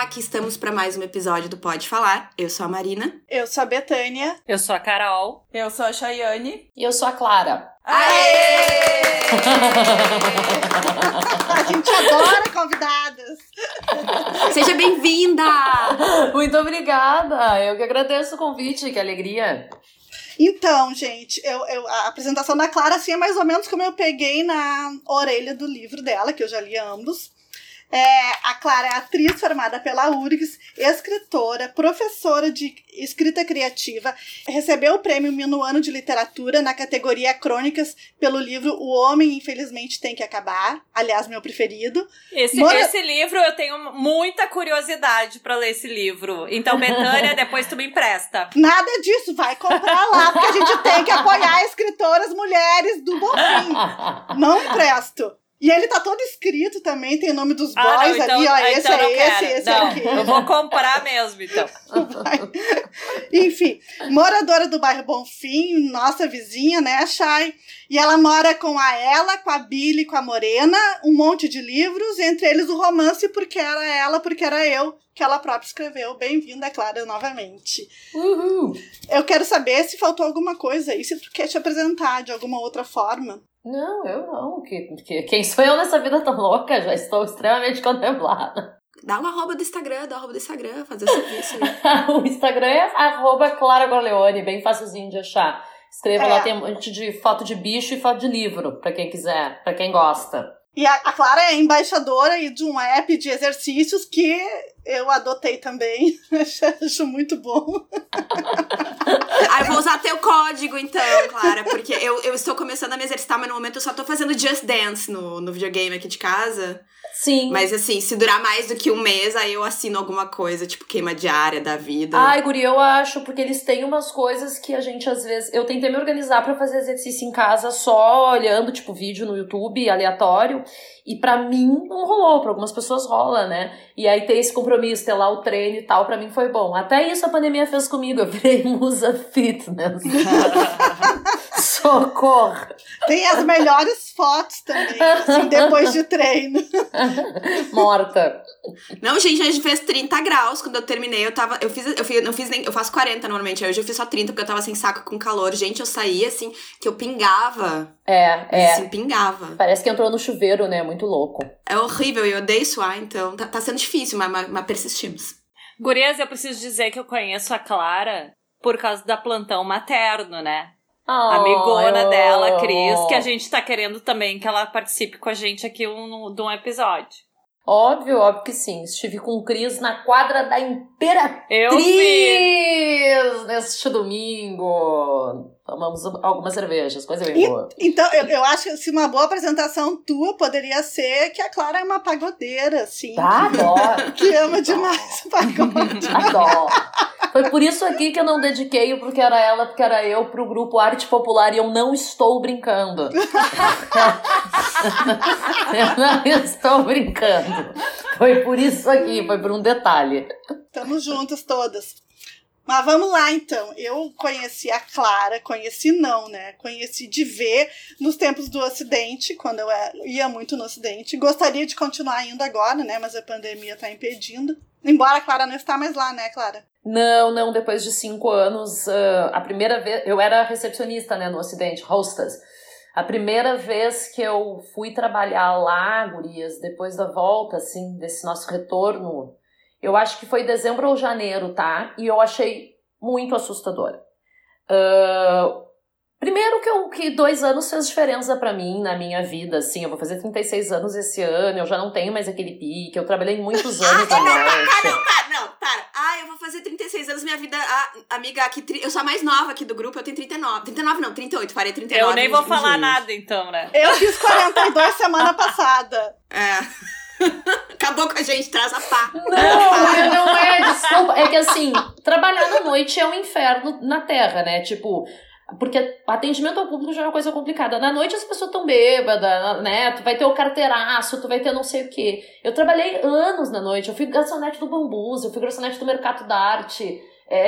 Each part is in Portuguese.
aqui estamos para mais um episódio do Pode Falar. Eu sou a Marina. Eu sou a Betânia. Eu sou a Carol. Eu sou a Chayane. E eu sou a Clara. Aê! A gente adora convidadas. Seja bem-vinda! Muito obrigada. Eu que agradeço o convite, que alegria. Então, gente, a apresentação da Clara assim, é mais ou menos como eu peguei na orelha do livro dela, que eu já li ambos. A Clara é atriz formada pela URGS, escritora, professora de escrita criativa, recebeu o prêmio Minuano de Literatura na categoria Crônicas pelo livro O Homem Infelizmente Tem que Acabar, aliás, meu preferido. Esse livro, eu tenho muita curiosidade pra ler esse livro. Então, Betânia, depois tu me empresta. Nada disso, vai comprar lá, porque a gente tem que apoiar escritoras mulheres do Bonfim. Não empresto. E ele tá todo escrito também, tem o nome dos boys não, então, ali, ó, então esse não, aqui. Eu vou comprar mesmo, então. Enfim, moradora do bairro Bonfim, nossa vizinha, né, Chay? E ela mora com a Ela, com a Billy, com a Morena, um monte de livros, entre eles o romance Porque Era Ela, Porque Era Eu, que ela própria escreveu. Bem-vinda, Clara, novamente. Uhul. Eu quero saber se faltou alguma coisa aí, se tu quer te apresentar de alguma outra forma. Não, eu não. Quem sou eu nessa vida tão louca? Já estou extremamente contemplada. Dá um arroba do Instagram, fazer o serviço. O Instagram é @ClaraGorleone, bem facilzinho de achar. Escreva lá, tem um monte de foto de bicho e foto de livro, pra quem quiser, pra quem gosta. E a Clara é embaixadora aí de um app de exercícios que eu adotei também. Acho muito bom. Eu vou usar teu código, então, Clara, porque eu estou começando a me exercitar, mas no momento eu só tô fazendo Just Dance no videogame aqui de casa. Sim. Mas assim, se durar mais do que um mês, aí eu assino alguma coisa, tipo queima diária da vida. Ai, guri, eu acho, porque eles têm umas coisas que a gente, às vezes... Eu tentei me organizar pra fazer exercício em casa só olhando, tipo, vídeo no YouTube aleatório, e pra mim não rolou, pra algumas pessoas rola, né? E aí ter esse compromisso, ter lá o treino e tal, pra mim foi bom. Até isso a pandemia fez comigo, eu virei musa fitness. Socorro! Tem as melhores fotos também, assim, depois de treino. Morta. Não, gente, a gente fez 30 graus. Quando eu terminei, eu faço 40 normalmente. Hoje eu fiz só 30 porque eu tava sem saco com calor. Gente, eu saí assim, que eu pingava. Assim, pingava. Parece que entrou no chuveiro, né? Muito louco. É horrível, eu odeio suar, então tá sendo difícil, mas persistimos. Gurias, eu preciso dizer que eu conheço a Clara por causa da Plantão Materno, né? Amigona dela, Cris, que a gente tá querendo também que ela participe com a gente aqui de um episódio. Óbvio que sim. Estive com o Cris na quadra da Imperatriz Eu vi. neste domingo. Tomamos algumas cervejas, coisa bem boa. Então, eu acho que uma boa apresentação tua poderia ser que a Clara é uma pagodeira, assim. Adoro. Que ama demais o pagode. Adoro. Foi por isso aqui que eu não dediquei o Porque Era Ela, Porque Era Eu pro grupo Arte Popular e eu não estou brincando. Eu não estou brincando. Foi por isso aqui, foi por um detalhe. Estamos juntas todas. Mas vamos lá, então. Eu conheci a Clara, conheci de ver nos tempos do Ocidente, quando eu ia muito no Ocidente. Gostaria de continuar indo agora, né? Mas a pandemia tá impedindo. Embora a Clara não está mais lá, né, Clara? Não, depois de 5 anos, a primeira vez... Eu era recepcionista, né, no Ocidente, hostess. A primeira vez que eu fui trabalhar lá, gurias, depois da volta, assim, desse nosso retorno, eu acho que foi dezembro ou janeiro, tá? E eu achei muito assustador. Primeiro que 2 anos fez diferença pra mim, na minha vida, assim. Eu vou fazer 36 anos esse ano, eu já não tenho mais aquele pique, eu trabalhei muitos anos na noite. Para. Eu vou fazer 36 anos, minha vida, amiga, aqui, eu sou a mais nova aqui do grupo, eu tenho 39. 39 não, 38, farei 39. Eu nem vou falar nada, então, né? Eu fiz 42 semana passada. Acabou com a gente, traz a pá. Não é, desculpa. É que assim, trabalhar na noite é um inferno na terra, né? Tipo, porque atendimento ao público já é uma coisa complicada. Na noite as pessoas estão bêbadas, né? Tu vai ter o carteiraço, tu vai ter não sei o quê. Eu trabalhei anos na noite. Eu fui garçonete do Bambus, eu fui garçonete do Mercado da Arte.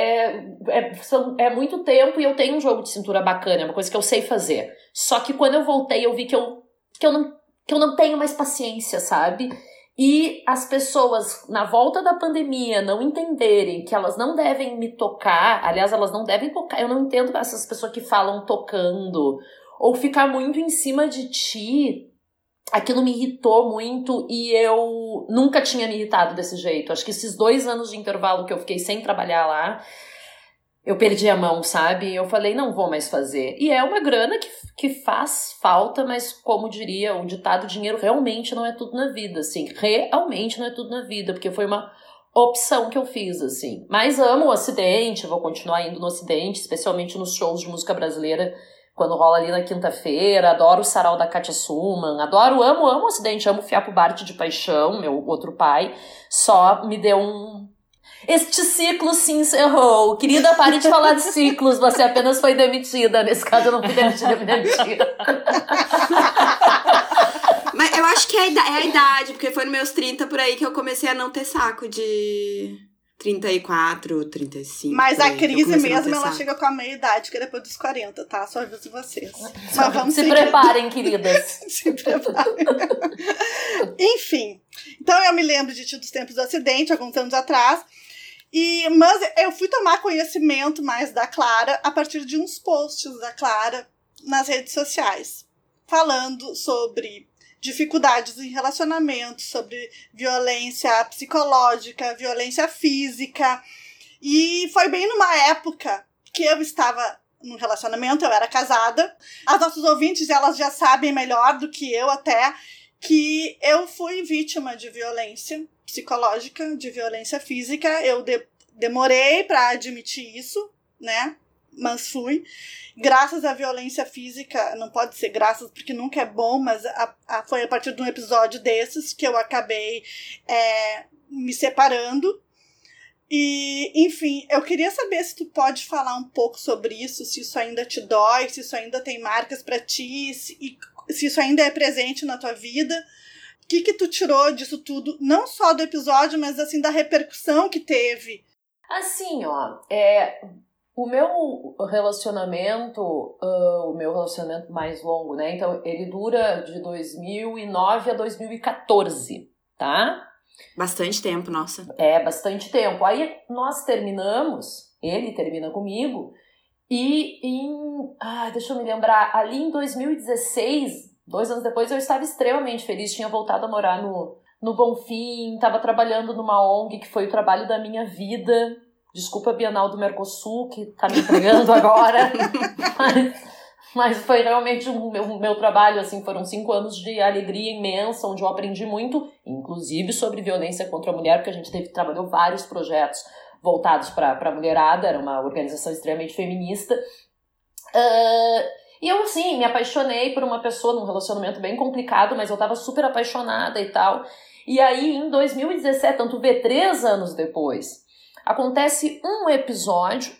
É muito tempo e eu tenho um jogo de cintura bacana, é uma coisa que eu sei fazer. Só que quando eu voltei, eu vi que eu não tenho mais paciência, sabe? e as pessoas, na volta da pandemia, não entenderem que elas não devem me tocar, aliás, elas não devem tocar, eu não entendo essas pessoas que falam tocando, ou ficar muito em cima de ti, aquilo me irritou muito e eu nunca tinha me irritado desse jeito. Acho que esses 2 anos de intervalo que eu fiquei sem trabalhar lá, eu perdi a mão, sabe? Eu falei, não vou mais fazer. E é uma grana que faz falta, mas como diria o ditado, dinheiro realmente não é tudo na vida, assim. Realmente não é tudo na vida, porque foi uma opção que eu fiz, assim. Mas amo o Ocidente, vou continuar indo no Ocidente, especialmente nos shows de música brasileira, quando rola ali na quinta-feira. Adoro o sarau da Katia Suman, amo o Ocidente, amo o Fiapo Bart de paixão, meu outro pai. Só me deu Este ciclo se encerrou. Querida, pare de falar de ciclos, você apenas foi demitida. Nesse caso, eu não fui demitida. Mas eu acho que é a idade, porque foi nos meus 30 por aí que eu comecei a não ter saco de 34, 35. Mas a crise mesmo, ela chega com a meia-idade, que é depois dos 40, tá? Só aviso vocês. Mas vamos se preparem, queridas. Se preparem. Enfim. Então, eu me lembro de Ti dos Tempos do Ocidente, alguns anos atrás. Mas eu fui tomar conhecimento mais da Clara a partir de uns posts da Clara nas redes sociais, falando sobre dificuldades em relacionamento, sobre violência psicológica, violência física. E foi bem numa época que eu estava num relacionamento, eu era casada. As nossas ouvintes, elas já sabem melhor do que eu até, que eu fui vítima de violência psicológica, de violência física. Eu demorei para admitir isso, né? Mas fui. Graças à violência física, não pode ser graças porque nunca é bom, mas foi a partir de um episódio desses que eu acabei me separando. E, enfim, eu queria saber se tu pode falar um pouco sobre isso, se isso ainda te dói, se isso ainda tem marcas para ti, se isso ainda é presente na tua vida. O que tu tirou disso tudo, não só do episódio, mas assim, da repercussão que teve? Assim, ó, o meu relacionamento mais longo, né? Então, ele dura de 2009 a 2014, tá? Bastante tempo, nossa. Bastante tempo. Aí nós terminamos, ele termina comigo, e deixa eu me lembrar, ali em 2016, 2 anos depois, eu estava extremamente feliz, tinha voltado a morar no Bonfim, estava trabalhando numa ONG que foi o trabalho da minha vida. Desculpa a Bienal do Mercosul, que tá me entregando agora. Mas foi realmente o meu trabalho, assim, foram 5 anos de alegria imensa, onde eu aprendi muito, inclusive sobre violência contra a mulher, porque a gente trabalhou vários projetos voltados para a mulherada, era uma organização extremamente feminista. E eu, assim, me apaixonei por uma pessoa num relacionamento bem complicado, mas eu tava super apaixonada e tal. E aí, em 2017, tanto vê 3 anos depois, acontece um episódio.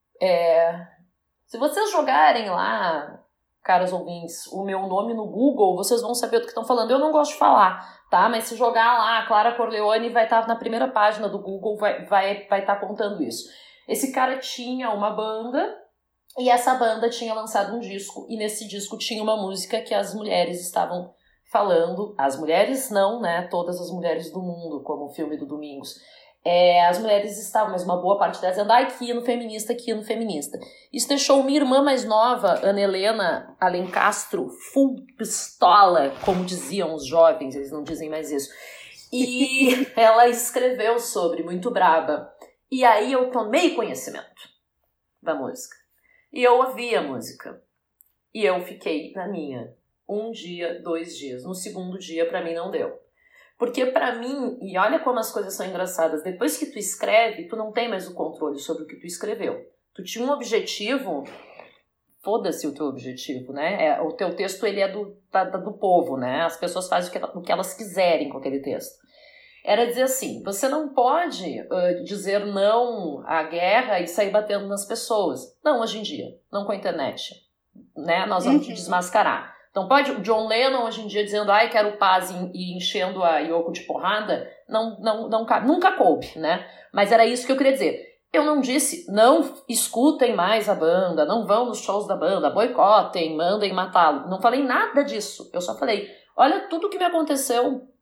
Se vocês jogarem lá, caros ouvintes, o meu nome no Google, vocês vão saber do que estão falando. Eu não gosto de falar, tá? Mas se jogar lá, Clara Corleone, vai estar na primeira página do Google, vai estar contando isso. Esse cara tinha uma banda, e essa banda tinha lançado um disco, e nesse disco tinha uma música que as mulheres estavam falando. As mulheres não, né? Todas as mulheres do mundo, como o filme do Domingos. As mulheres estavam, mas uma boa parte delas dizendo, que ia no feminista, que ia no feminista. Isso deixou minha irmã mais nova, Ana Helena Alencastro, full pistola, como diziam os jovens, eles não dizem mais isso. E ela escreveu sobre, muito braba. E aí eu tomei conhecimento da música. E eu ouvi a música. E eu fiquei na minha. 1 dia, 2 dias. No segundo dia, pra mim, não deu. Porque pra mim, e olha como as coisas são engraçadas, depois que tu escreve, tu não tem mais o controle sobre o que tu escreveu. Tu tinha um objetivo, foda-se o teu objetivo, né? O teu texto, ele é do povo, né? As pessoas fazem o que elas quiserem com aquele texto. Era dizer assim, você não pode dizer não à guerra e sair batendo nas pessoas. Não hoje em dia, não com a internet, né? Nós vamos te desmascarar. Então pode o John Lennon hoje em dia dizendo quero paz e enchendo a Yoko de porrada, nunca coube, né? Mas era isso que eu queria dizer. Eu não disse, não escutem mais a banda, não vão nos shows da banda, boicotem, mandem matá-lo. Não falei nada disso. Eu só falei, olha tudo que me aconteceu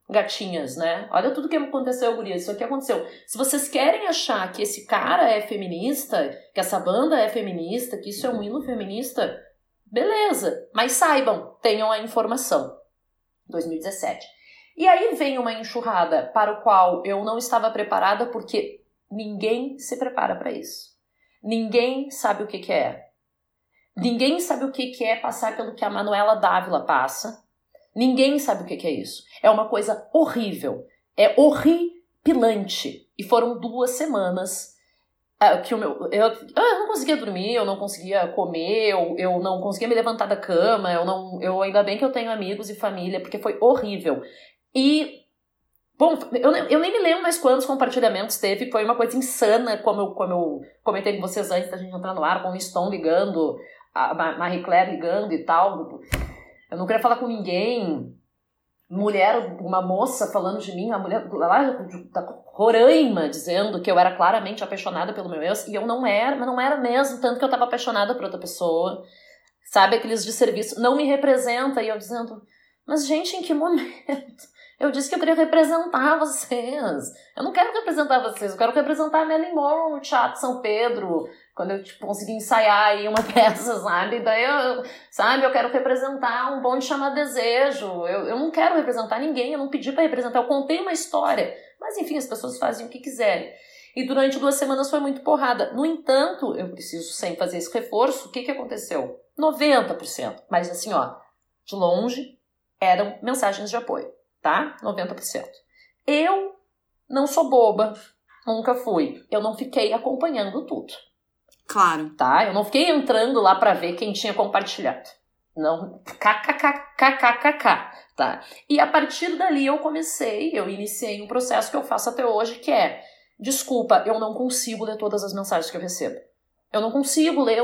gatinhas, né? Olha tudo que aconteceu, gurias. Isso aqui aconteceu. Se vocês querem achar que esse cara é feminista, que essa banda é feminista, que isso é um hino feminista, beleza. Mas saibam, tenham a informação. 2017. E aí vem uma enxurrada para o qual eu não estava preparada, porque ninguém se prepara para isso. Ninguém sabe o que é. Ninguém sabe o que é passar pelo que a Manuela Dávila passa. Ninguém sabe o que é isso. É uma coisa horrível. É horripilante. E foram 2 semanas que eu não conseguia dormir, eu não conseguia comer, eu não conseguia me levantar da cama, eu ainda bem que eu tenho amigos e família, porque foi horrível. E, bom, eu nem me lembro mais quantos compartilhamentos teve, foi uma coisa insana, como eu comentei com vocês antes da gente entrar no ar, com o Stone ligando, a Marie Claire ligando e tal. Eu não queria falar com ninguém. Uma moça falando de mim, uma mulher lá da Roraima, dizendo que eu era claramente apaixonada pelo meu ex, e eu não era, mas não era mesmo, tanto que eu tava apaixonada por outra pessoa. Sabe, aqueles de serviço, não me representa, e eu dizendo, mas gente, em que momento? Eu disse que eu queria representar vocês. Eu não quero representar vocês, eu quero representar a Marilyn Monroe no Teatro São Pedro, quando eu consegui ensaiar aí uma peça, sabe? Daí eu quero representar um bonde chamado Desejo. Eu não quero representar ninguém, eu não pedi pra representar, eu contei uma história. Mas enfim, as pessoas fazem o que quiserem. E durante 2 semanas foi muito porrada. No entanto, eu preciso sempre fazer esse reforço. O que aconteceu? 90%. Mas assim, de longe, eram mensagens de apoio, tá? 90%. Eu não sou boba, nunca fui. Eu não fiquei acompanhando tudo. Claro. Tá? Eu não fiquei entrando lá pra ver quem tinha compartilhado. Não, kkkkkk, tá? E a partir dali eu iniciei um processo que eu faço até hoje, que é, desculpa, eu não consigo ler todas as mensagens que eu recebo. Eu não consigo ler,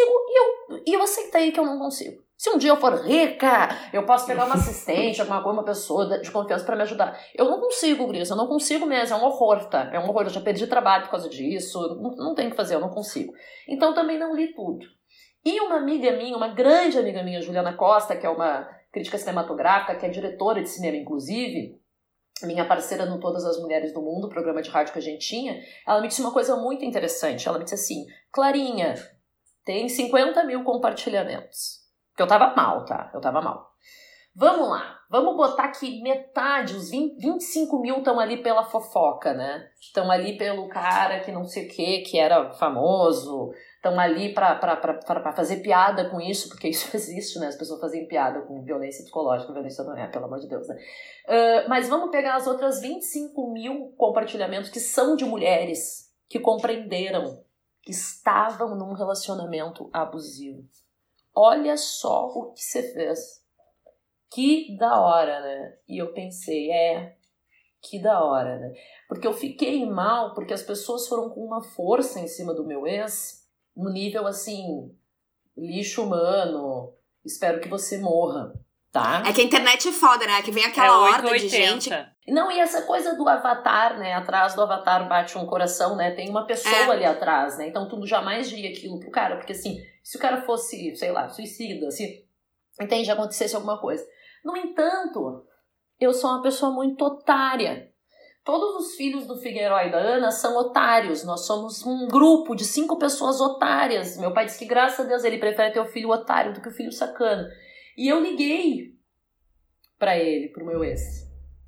e eu aceitei que eu não consigo. Se um dia eu for rica, eu posso pegar uma assistente, uma pessoa de confiança pra me ajudar. Eu não consigo, Gris, eu não consigo mesmo, é um horror, tá? É um horror, eu já perdi trabalho por causa disso, não tem o que fazer, eu não consigo. Então também não li tudo. E uma amiga minha, uma grande amiga minha, Juliana Costa, que é uma crítica cinematográfica, que é diretora de cinema, inclusive, minha parceira no Todas as Mulheres do Mundo, programa de rádio que a gente tinha, ela me disse uma coisa muito interessante. Ela me disse assim, Clarinha, tem 50 mil compartilhamentos. Porque eu tava mal, tá? Eu tava mal. Vamos lá. Vamos botar que metade, os 25 mil estão ali pela fofoca, né? Estão ali pelo cara que não sei o que era famoso. Estão ali pra fazer piada com isso, porque isso existe, né? As pessoas fazem piada com violência psicológica. Violência não é, pelo amor de Deus, né? Mas vamos pegar as outras 25 mil compartilhamentos que são de mulheres que compreenderam que estavam num relacionamento abusivo. Olha só o que você fez. Que da hora, né? E eu pensei, que da hora, né? Porque eu fiquei mal, porque as pessoas foram com uma força em cima do meu ex, no nível assim, lixo humano, espero que você morra, tá? É que a internet é foda, né? Que vem aquela horda de gente. Não, e essa coisa do avatar, né? Atrás do avatar bate um coração, né? Tem uma pessoa ali atrás, né? Então tu jamais diria aquilo pro cara, porque assim, se o cara fosse, sei lá, suicida, se entende, acontecesse alguma coisa. No entanto, eu sou uma pessoa muito otária. Todos os filhos do Figueiró e da Ana são otários. Nós somos um grupo de 5 pessoas otárias. Meu pai disse que, graças a Deus, ele prefere ter o filho otário do que o filho sacana. E eu liguei pra ele, pro meu ex,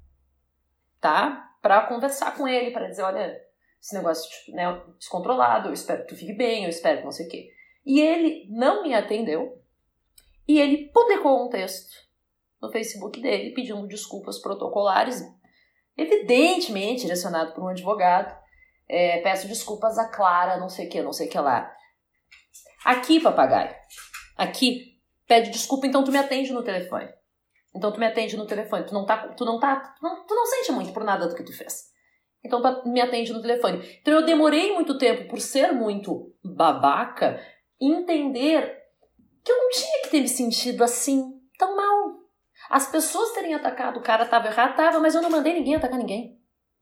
tá? Pra conversar com ele, pra dizer, olha, esse negócio, né, descontrolado, eu espero que tu fique bem, eu espero que não sei o quê. E ele não me atendeu. E ele publicou um texto no Facebook dele, pedindo desculpas protocolares, evidentemente direcionado por um advogado. Peço desculpas a Clara, não sei o que lá. Aqui, papagaio. Aqui, pede desculpa, então tu me atende no telefone. Tu não sente muito por nada do que tu fez. Então tu me atende no telefone. Então eu demorei muito tempo, por ser muito babaca, entender que eu não tinha que ter me sentido assim, tão mal. As pessoas terem atacado o cara tava errado, mas eu não mandei ninguém atacar ninguém.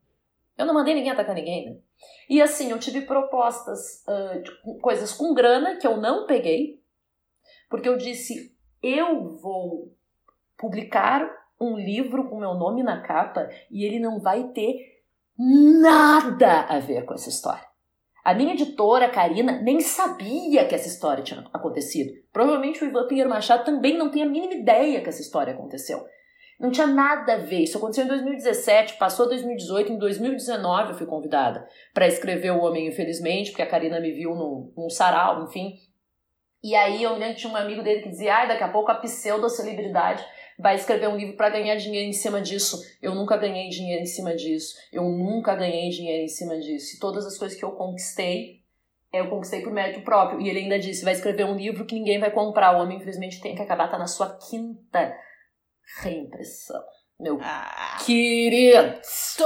Né? E assim, eu tive propostas de coisas com grana que eu não peguei, porque eu disse, eu vou publicar um livro com meu nome na capa e ele não vai ter nada a ver com essa história. A minha editora, Karina, nem sabia que essa história tinha acontecido. Provavelmente o Ivan Pinheiro Machado também não tem a mínima ideia que essa história aconteceu. Não tinha nada a ver. Isso aconteceu em 2017, passou 2018, em 2019 eu fui convidada para escrever O Homem Infelizmente, porque a Karina me viu num sarau, enfim. E aí eu lembro que tinha um amigo dele que dizia, daqui a pouco a pseudo-celebridade vai escrever um livro para ganhar dinheiro em cima disso. Eu nunca ganhei dinheiro em cima disso. Eu nunca ganhei dinheiro em cima disso. E todas as coisas que eu conquistei por mérito próprio. E ele ainda disse, vai escrever um livro que ninguém vai comprar. O Homem Infelizmente tem que acabar, tá na sua 5ª reimpressão. Meu querido.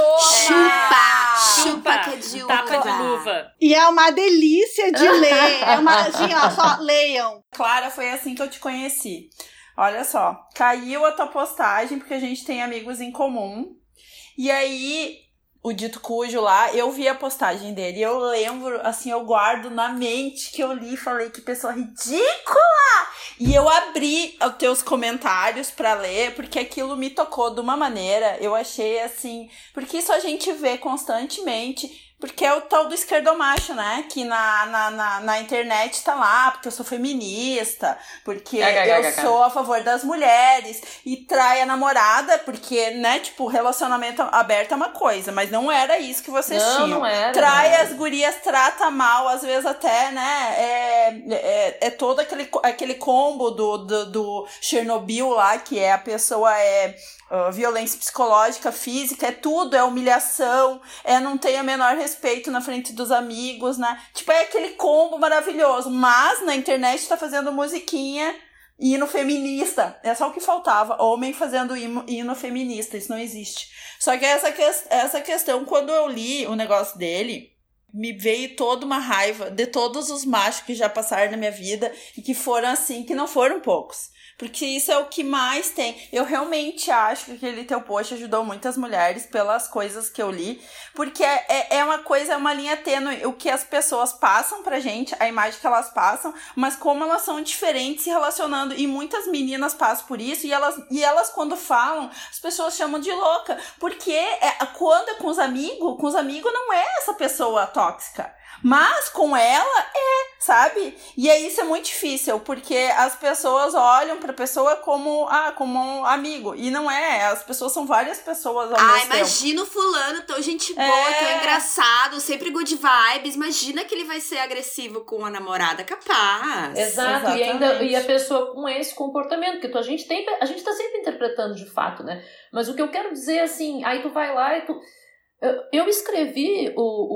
Chupa que é de uva. Tapa de luva. E é uma delícia de ler. Assim, ó, só leiam. Clara, foi assim que eu te conheci. Olha só, caiu a tua postagem porque a gente tem amigos em comum. E aí, o Dito Cujo lá, eu vi a postagem dele. E eu lembro, assim, eu guardo na mente que eu li e falei, que pessoa ridícula! E eu abri os teus comentários pra ler, porque aquilo me tocou de uma maneira, eu achei assim... Porque isso a gente vê constantemente... Porque é o tal do esquerdomacho, né? Que na internet tá lá, porque eu sou feminista, porque eu sou a favor das mulheres, e trai a namorada, porque, né, tipo, relacionamento aberto é uma coisa, mas não era isso que vocês tinham. Não era. Trai as gurias, trata mal, às vezes até, né, é todo aquele combo do Chernobyl lá, que é a pessoa violência psicológica, física, é tudo, é humilhação, não tem o menor respeito na frente dos amigos, né? Tipo, é aquele combo maravilhoso, mas na internet tá fazendo musiquinha, hino feminista, é só o que faltava, homem fazendo hino feminista, isso não existe. Só que essa questão, quando eu li o negócio dele, me veio toda uma raiva de todos os machos que já passaram na minha vida e que foram assim, que não foram poucos. Porque isso é o que mais tem. Eu realmente acho que aquele teu post ajudou muitas mulheres pelas coisas que eu li. Porque é uma coisa, é uma linha tênue. O que as pessoas passam pra gente, a imagem que elas passam, mas como elas são diferentes se relacionando. E muitas meninas passam por isso. E elas quando falam, as pessoas chamam de louca. Porque quando é com os amigos não é essa pessoa tóxica. Mas com ela sabe? E aí isso é muito difícil, porque as pessoas olham pra pessoa como um amigo. E não é, as pessoas são várias pessoas ao mesmo tempo. Imagina o fulano tão gente boa, tão engraçado, sempre good vibes. Imagina que ele vai ser agressivo com a namorada, capaz. Exato, e a pessoa com esse comportamento, porque a gente tá sempre interpretando de fato, né? Mas o que eu quero dizer, assim, aí tu vai lá e tu... Eu escrevi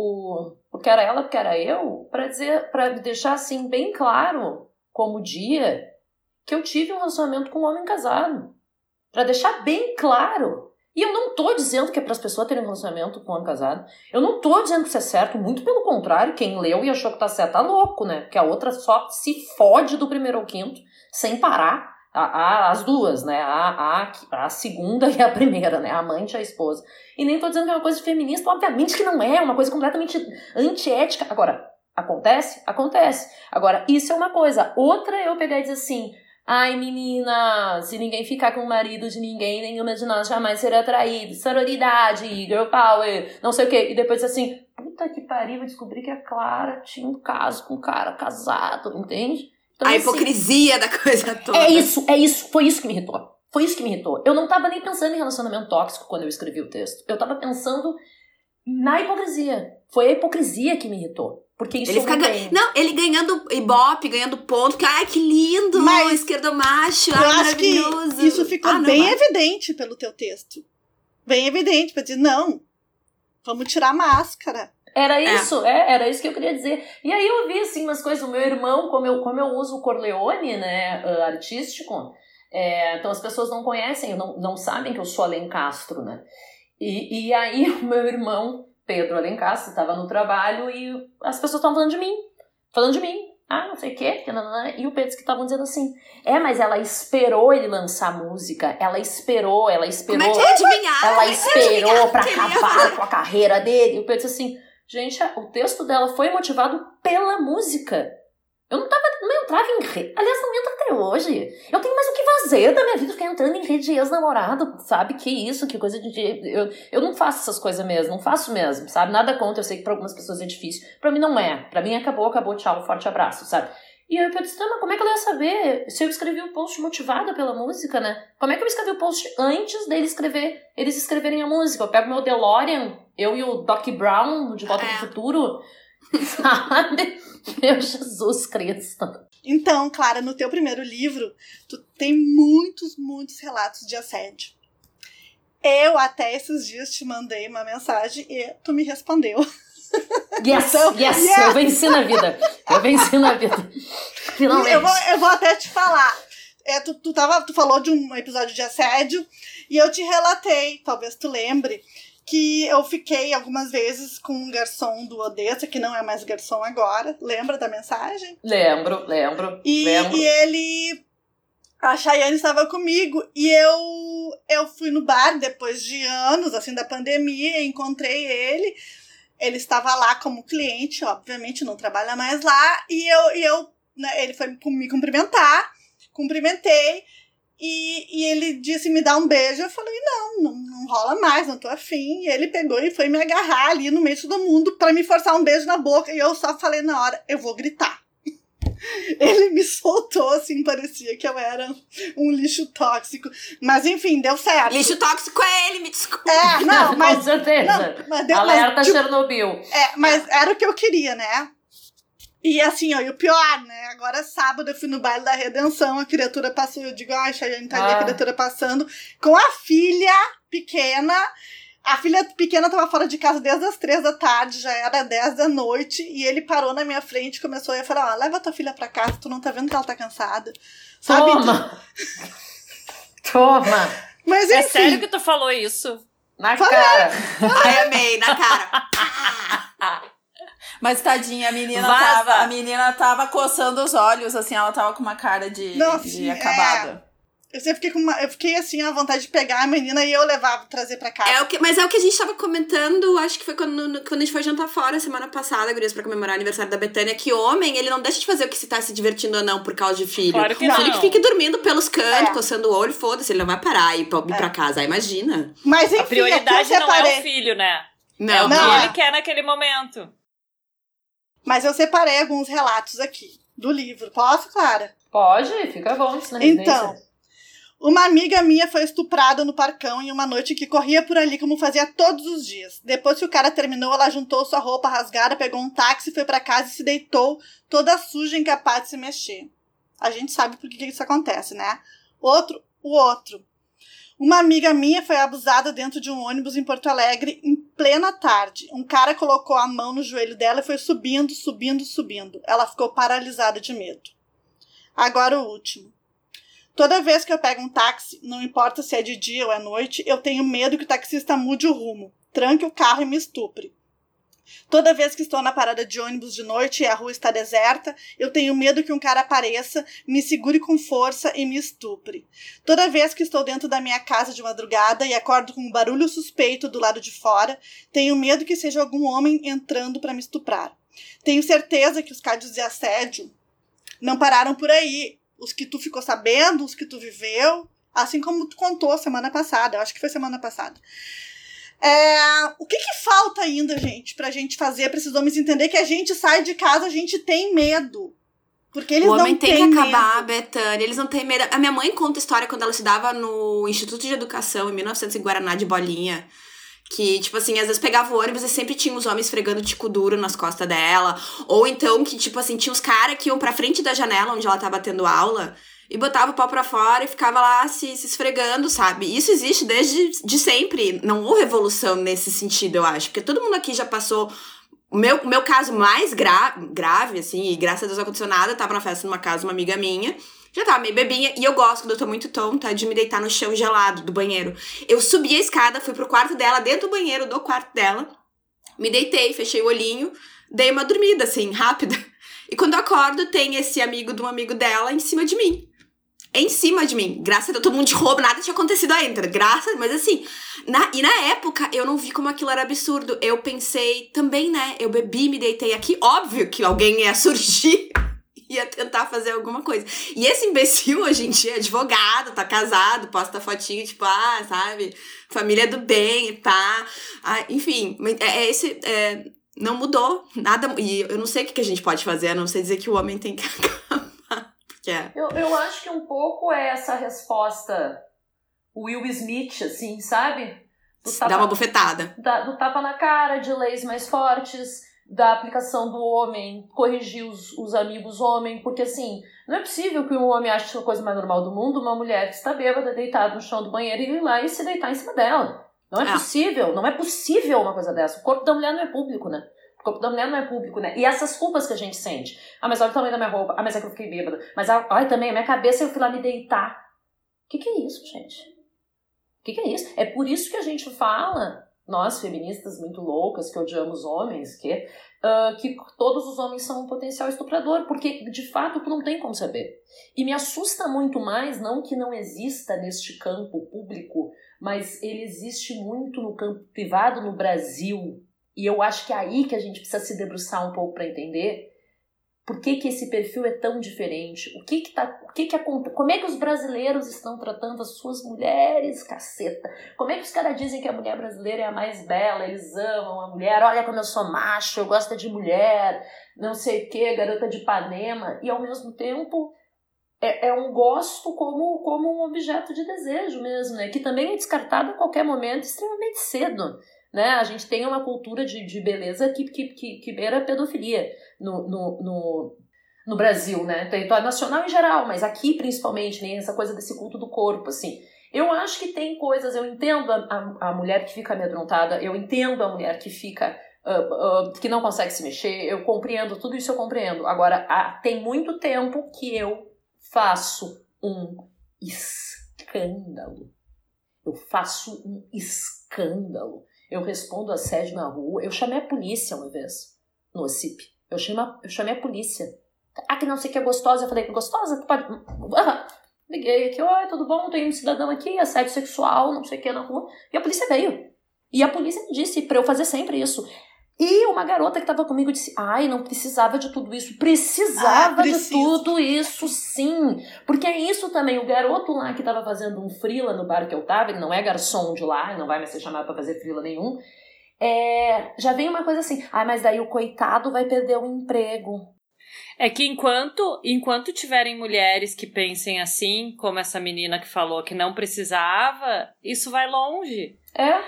o que era ela, porque era eu, pra deixar assim bem claro, como dia, que eu tive um relacionamento com um homem casado. Pra deixar bem claro. E eu não tô dizendo que é pras pessoas terem um relacionamento com um homem casado. Eu não tô dizendo que isso é certo, muito pelo contrário, quem leu e achou que tá certo tá louco, né? Porque a outra só se fode do 1º ao 5º, sem parar. As duas, né? A segunda e a primeira, né? A amante e a esposa. E nem tô dizendo que é uma coisa feminista, obviamente que não é, uma coisa completamente antiética. Agora, acontece? Acontece. Agora, isso é uma coisa. Outra é eu pegar e dizer assim, ai menina, se ninguém ficar com o marido de ninguém, nenhuma de nós jamais será traído. Sororidade, girl power, não sei o quê. E depois assim, puta que pariu, eu descobri que a Clara tinha um caso com um cara casado, entende? Então, a hipocrisia da coisa toda. É isso. Foi isso que me irritou. Eu não tava nem pensando em relacionamento tóxico quando eu escrevi o texto. Eu tava pensando na hipocrisia. Foi a hipocrisia que me irritou. Porque isso ele ganhando ibope, ganhando ponto. Que lindo! Mas esquerdomacho, eu acho maravilhoso. Que isso ficou bem evidente pelo teu texto. Bem evidente, pra dizer, não, vamos tirar a máscara. Era isso que eu queria dizer. E aí eu vi, assim, umas coisas, o meu irmão, como eu uso o Corleone, né, artístico, então as pessoas não conhecem, não sabem que eu sou Alencastro, né, e aí o meu irmão, Pedro Alencastro, estava no trabalho e as pessoas estavam falando de mim, não sei o quê, e o Pedro que estavam dizendo assim, mas ela esperou ele lançar música, ela esperou. Como é que é adivinhar? Ela esperou pra acabar com a carreira dele, e o Pedro disse assim, gente, o texto dela foi motivado pela música. Eu não entrava em rede. Aliás, não entro até hoje. Eu tenho mais o que fazer da minha vida, ficar entrando em rede de ex-namorado, sabe? Que isso, que coisa de... Eu não faço essas coisas mesmo, não faço mesmo, sabe? Nada contra, eu sei que pra algumas pessoas é difícil. Pra mim não é. Pra mim acabou, tchau, forte abraço, sabe? E eu pensei, mas como é que eu ia saber se eu escrevi o post motivada pela música, né? Como é que eu escrevi o post antes eles escreverem a música? Eu pego meu DeLorean, eu e o Doc Brown, De Volta pro Futuro, sabe? Meu Jesus Cristo. Então, Clara, no teu primeiro livro, tu tem muitos relatos de assédio. Eu até esses dias te mandei uma mensagem e tu me respondeu. Yes, então, yes. Eu venci na vida. Finalmente. Eu vou até te falar. Tu falou de um episódio de assédio e eu te relatei, talvez tu lembre, que eu fiquei algumas vezes com um garçom do Odessa, que não é mais garçom agora. Lembra da mensagem? Lembro. E ele... A Chayane estava comigo e eu fui no bar depois de anos, assim, da pandemia, encontrei ele. Ele estava lá como cliente, obviamente não trabalha mais lá. E eu né, ele foi me cumprimentar, cumprimentei. E ele disse, me dá um beijo. Eu falei, não rola mais, não tô afim. E ele pegou e foi me agarrar ali no meio de todo mundo pra me forçar um beijo na boca. E eu só falei na hora, eu vou gritar. Ele me soltou, assim, parecia que eu era um lixo tóxico. Mas enfim, deu certo. Lixo tóxico é ele, me desculpa. Mas... Com certeza. Alerta Chernobyl. Mas era o que eu queria, né? E assim, ó, e o pior, né? Agora sábado eu fui no baile da Redenção, a criatura passou, eu digo, ai, Chayane, tá ali a criatura passando, com a filha pequena. A filha pequena tava fora de casa desde as 3 da tarde, já era 10 da noite, e ele parou na minha frente e começou a falar, leva tua filha pra casa, tu não tá vendo que ela tá cansada? Sabe? Toma! Mas, enfim, é sério que tu falou isso? Na cara! Ai, amei, na cara! Mas tadinha, a menina tava coçando os olhos, assim, ela tava com uma cara de acabada. Eu fiquei assim, à vontade de pegar a menina e eu levar, trazer pra casa. Mas é o que a gente tava comentando, acho que foi quando a gente foi jantar fora semana passada, gurias, pra comemorar o aniversário da Betânia, que homem, ele não deixa de fazer o que se tá se divertindo ou não por causa de filho. Claro que não. Filho que fique dormindo pelos cantos, coçando o olho, foda-se, ele não vai parar e ir pra casa, imagina. Mas enfim, a prioridade não é o filho, né? Não, o que ele quer naquele momento. Mas eu separei alguns relatos aqui do livro. Posso, Clara? Pode, fica bom. Então, uma amiga minha foi estuprada no Parcão em uma noite que corria por ali como fazia todos os dias. Depois que o cara terminou, ela juntou sua roupa rasgada, pegou um táxi, foi pra casa e se deitou toda suja, incapaz de se mexer. A gente sabe por que isso acontece, né? O outro. Uma amiga minha foi abusada dentro de um ônibus em Porto Alegre em plena tarde. Um cara colocou a mão no joelho dela e foi subindo. Ela ficou paralisada de medo. Agora o último. Toda vez que eu pego um táxi, não importa se é de dia ou é noite, eu tenho medo que o taxista mude o rumo, tranque o carro e me estupre. Toda vez que estou na parada de ônibus de noite e a rua está deserta, eu tenho medo que um cara apareça, me segure com força e me estupre. Toda vez que estou dentro da minha casa de madrugada e acordo com um barulho suspeito do lado de fora, tenho medo que seja algum homem entrando para me estuprar. Tenho certeza que os casos de assédio não pararam por aí. Os que tu ficou sabendo, os que tu viveu, assim como tu contou semana passada. Eu acho que foi semana passada. O que falta ainda, gente, pra gente fazer, pra esses homens entender que a gente sai de casa, a gente tem medo. Porque eles não têm medo. O homem tem que acabar, Betânia, eles não têm medo. A minha mãe conta a história quando ela estudava no Instituto de Educação, em 1900, em Guaraná, de bolinha. Que, tipo assim, às vezes pegava o ônibus e sempre tinha os homens esfregando tico duro nas costas dela. Ou então que, tipo assim, tinha os caras que iam pra frente da janela onde ela tava tendo aula e botava o pau pra fora e ficava lá se esfregando, sabe? Isso existe desde sempre. Não houve evolução nesse sentido, eu acho. Porque todo mundo aqui já passou... O meu caso mais grave, assim, e graças a Deus aconteceu nada, eu tava na festa numa casa de uma amiga minha, já tava meio bebinha, e eu gosto, quando eu tô muito tonta, de me deitar no chão gelado do banheiro. Eu subi a escada, fui pro quarto dela, dentro do banheiro do quarto dela, me deitei, fechei o olhinho, dei uma dormida, assim, rápida. E quando eu acordo, tem esse amigo de um amigo dela em cima de mim. Em cima de mim. Graças a Deus, todo mundo de roubo, nada tinha acontecido ainda. Mas assim, na época, eu não vi como aquilo era absurdo. Eu pensei também, né? Eu bebi, me deitei aqui. Óbvio que alguém ia surgir ia tentar fazer alguma coisa. E esse imbecil, hoje em dia, é advogado, tá casado, posta fotinho, tipo, sabe? Família do bem, tá? Enfim, não mudou nada. E eu não sei o que a gente pode fazer, a não sei dizer que o homem tem que acabar. Porque eu acho que um pouco é essa resposta Will Smith, assim, sabe? Dá uma bufetada. Do tapa na cara, de leis mais fortes, da aplicação do homem, corrigir os amigos homem, porque assim, não é possível que um homem ache que é a coisa mais normal do mundo, uma mulher que está bêbada, deitada no chão do banheiro, e ir lá e se deitar em cima dela. Não é possível, não é possível uma coisa dessa. O corpo da mulher não é público, né? O corpo da mulher não é público, né? E essas culpas que a gente sente. Mas olha o tamanho da minha roupa. Mas é que eu fiquei bêbada. Mas olha também, a minha cabeça eu fui lá me deitar. O que é isso, gente? O que é isso? É por isso que a gente fala, nós feministas muito loucas, que odiamos homens, que todos os homens são um potencial estuprador, porque de fato tu não tem como saber. E me assusta muito mais, não que não exista neste campo público, mas ele existe muito no campo privado no Brasil. E eu acho que é aí que a gente precisa se debruçar um pouco para entender por que esse perfil é tão diferente? Como é que os brasileiros estão tratando as suas mulheres, caceta? Como é que os caras dizem que a mulher brasileira é a mais bela, eles amam a mulher, olha como eu sou macho, eu gosto de mulher, não sei o que, garota de Ipanema, e ao mesmo tempo é um gosto como um objeto de desejo mesmo, né? Que também é descartado a qualquer momento, extremamente cedo. Né? A gente tem uma cultura de beleza que beira a pedofilia no Brasil, né? Território nacional em geral, mas aqui principalmente, né? Essa coisa desse culto do corpo, assim. Eu acho que tem coisas, eu entendo a mulher que fica amedrontada, eu entendo a mulher que fica que não consegue se mexer, eu compreendo, tudo isso eu compreendo. Agora, tem muito tempo que eu faço um escândalo. Eu faço um escândalo. Eu respondo assédio na rua. Eu chamei a polícia uma vez, no OCIP. Eu chamei a polícia. Que não sei o que é gostosa. Eu falei, gostosa? Tu pode... Liguei aqui, oi, tudo bom? Tem um cidadão aqui, assédio sexual, não sei o que na rua. E a polícia veio. E a polícia me disse pra eu fazer sempre isso. E uma garota que tava comigo disse, não precisava de tudo isso. Precisava de tudo isso, sim. Porque é isso também, o garoto lá que tava fazendo um freela no bar que eu tava, ele não é garçom de lá, ele não vai mais ser chamado pra fazer freela nenhum. Já vem uma coisa assim, mas daí o coitado vai perder o emprego. É que enquanto tiverem mulheres que pensem assim, como essa menina que falou que não precisava, isso vai longe.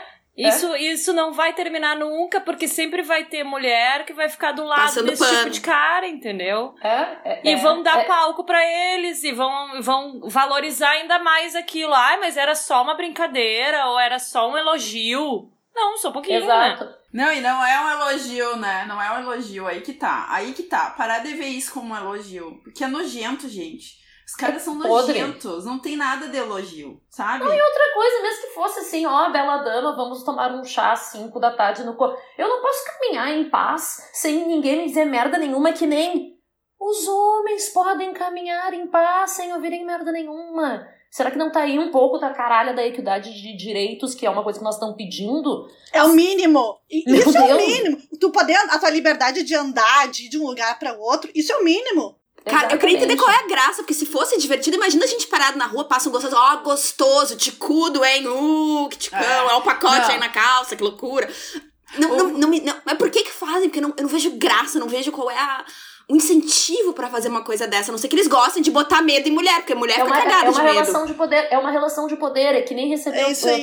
Isso não vai terminar nunca, porque sempre vai ter mulher que vai ficar do lado passando desse pano. Tipo de cara, entendeu? E vão dar palco pra eles e vão valorizar ainda mais aquilo. Mas era só uma brincadeira ou era só um elogio. Não, só um pouquinho, exato. Né? Não, e não é um elogio, né? Não é um elogio, aí que tá. Parar de ver isso como um elogio. Porque é nojento, gente. Os caras são nojentos, não tem nada de elogio, sabe? Não, e outra coisa, mesmo que fosse assim, bela dama, vamos tomar um chá às 5 da tarde no corpo. Eu não posso caminhar em paz sem ninguém me dizer merda nenhuma, que nem os homens podem caminhar em paz sem ouvirem merda nenhuma. Será que não tá aí um pouco da caralha da equidade de direitos, que é uma coisa que nós estamos pedindo? É o mínimo. Isso é o mínimo. Tu poder, a tua liberdade de andar, de ir de um lugar para outro, isso é o mínimo. Cara, eu queria entender qual é a graça, porque se fosse divertido, imagina a gente parado na rua, passa um gostoso, gostoso, ticudo, hein, que ticão, o pacote aí na calça, que loucura. Não, mas por que fazem? Porque eu não vejo graça, não vejo qual é o incentivo pra fazer uma coisa dessa, a não ser que eles gostem de botar medo em mulher, porque mulher fica cagada de medo. É uma relação de poder, é que nem receber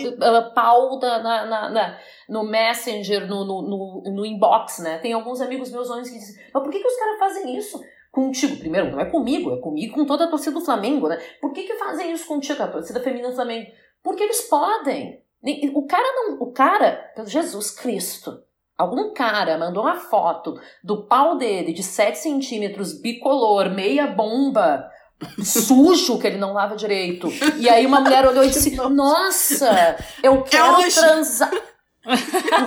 pau no Messenger, no inbox, né? Tem alguns amigos meus homens que dizem, mas por que os caras fazem isso? Contigo, primeiro, não é comigo com toda a torcida do Flamengo, né? Por que fazem isso contigo, a torcida feminina do Flamengo? Porque eles podem. O cara, pelo Jesus Cristo, algum cara mandou uma foto do pau dele de 7 centímetros, bicolor, meia bomba, sujo, que ele não lava direito. E aí uma mulher olhou e disse, nossa, eu quero transar... Por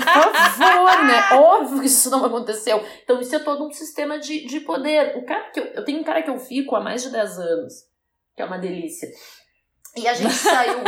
favor, né? Óbvio que isso não aconteceu. Então isso é todo um sistema de poder. Eu tenho um cara que eu fico há mais de 10 anos, que é uma delícia. E a gente saiu...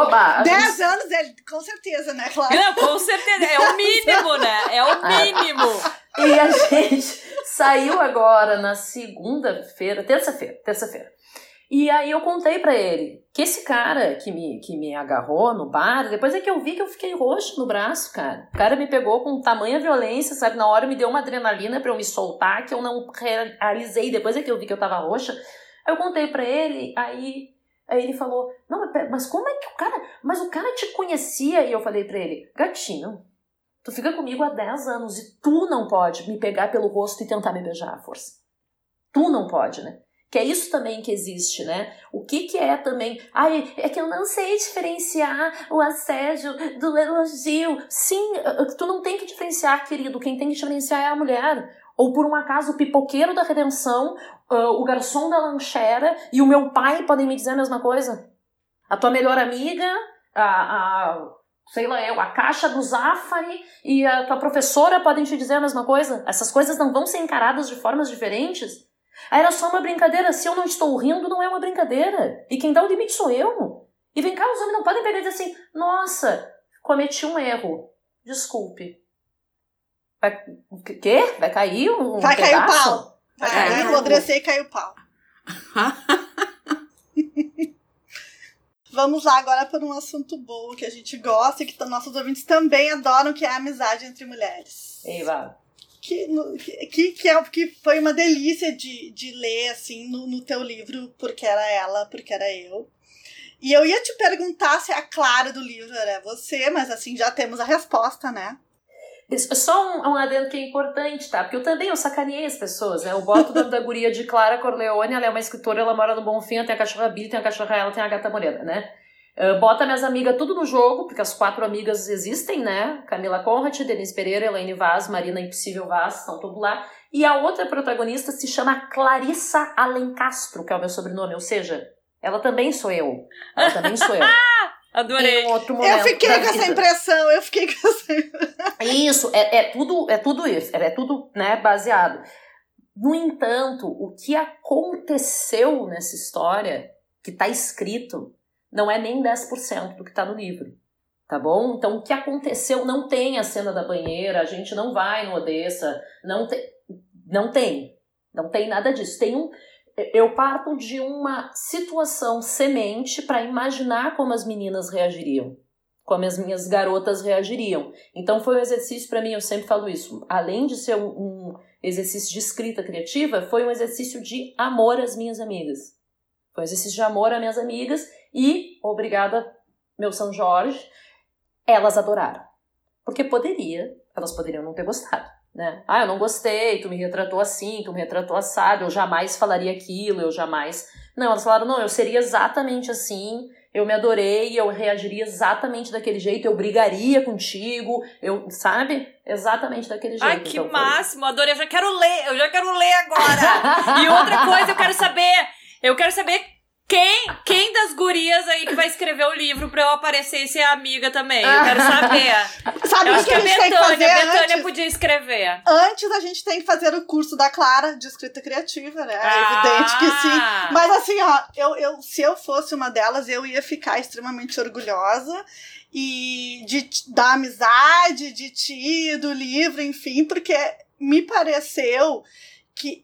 10 anos, com certeza, né? Claro. Não, com certeza. É o mínimo, né? É o mínimo. E a gente saiu agora na terça-feira. E aí eu contei pra ele que esse cara que me agarrou no bar, depois é que eu vi que eu fiquei roxo no braço, cara. O cara me pegou com tamanha violência, sabe? Na hora me deu uma adrenalina pra eu me soltar, que eu não realizei. Depois é que eu vi que eu tava roxa. Aí eu contei pra ele, aí ele falou, não, mas como é que o cara... Mas o cara te conhecia? E eu falei pra ele, gatinho, tu fica comigo há 10 anos e tu não pode me pegar pelo rosto e tentar me beijar à força. Tu não pode, né? Que é isso também que existe, né? O que é também... Ai, é que eu não sei diferenciar o assédio do elogio. Sim, tu não tem que diferenciar, querido. Quem tem que diferenciar é a mulher. Ou, por um acaso, o pipoqueiro da redenção, o garçom da lanchera e o meu pai podem me dizer a mesma coisa. A tua melhor amiga, sei lá eu, a caixa do Zafari e a tua professora podem te dizer a mesma coisa. Essas coisas não vão ser encaradas de formas diferentes. Era só uma brincadeira. Se eu não estou rindo, não é uma brincadeira. E quem dá o limite sou eu. E vem cá, os homens não podem pegar e dizer assim, nossa, cometi um erro. Desculpe. Quê? Vai cair um Vai pedaço? cair o pau. Vai apodrecer e cair o pau. Vamos lá agora para um assunto bom que a gente gosta e que nossos ouvintes também adoram, que é a amizade entre mulheres. Eva. Que foi uma delícia de ler, assim, no teu livro, Porque Era Ela, Porque Era Eu. E eu ia te perguntar se a Clara do livro era você, mas assim, já temos a resposta, né? Só um adendo que é importante, tá? Porque eu sacaneei as pessoas, né? Eu boto o nome da guria de Clara Corleone, ela é uma escritora, ela mora no Bonfim, tem a cachorra Billy, tem a cachorra ela, tem a gata morena, né? Bota minhas amigas tudo no jogo, porque as 4 amigas existem, né? Camila Conrad, Denise Pereira, Elaine Vaz, Marina Impossível Vaz, estão tudo lá. E a outra protagonista se chama Clarissa Alencastro, que é o meu sobrenome, ou seja, ela também sou eu. Adorei. Em um outro momento eu fiquei com essa impressão. Isso, é tudo isso, é tudo, né, baseado. No entanto, o que aconteceu nessa história, que tá escrito, não é nem 10% do que tá no livro, tá bom? Então, o que aconteceu, não tem a cena da banheira, a gente não vai no Odessa, não tem nada disso. Eu parto de uma situação semente para imaginar como as meninas reagiriam, como as minhas garotas reagiriam. Então foi um exercício para mim, eu sempre falo isso, além de ser um exercício de escrita criativa, foi um exercício de amor às minhas amigas. Foi um exercício de amor às minhas amigas e, obrigada, meu São Jorge, elas adoraram. Porque elas poderiam não ter gostado. Né? Eu não gostei, tu me retratou assim, tu me retratou assado, eu jamais falaria aquilo, Não, elas falaram, não, eu seria exatamente assim, eu me adorei, eu reagiria exatamente daquele jeito, eu brigaria contigo, sabe? Exatamente daquele jeito. Ai, que então, máximo, adorei, eu já quero ler agora! E outra coisa, eu quero saber quem das gurias aí que vai escrever o livro pra eu aparecer e ser amiga também? Eu quero saber. Sabe eu o acho que a gente tem que fazer a Betânia antes? Podia escrever. Antes a gente tem que fazer o curso da Clara de escrita criativa, né? É evidente que sim. Mas assim, ó, se eu fosse uma delas, eu ia ficar extremamente orgulhosa e da amizade, de ti, do livro, enfim, porque me pareceu que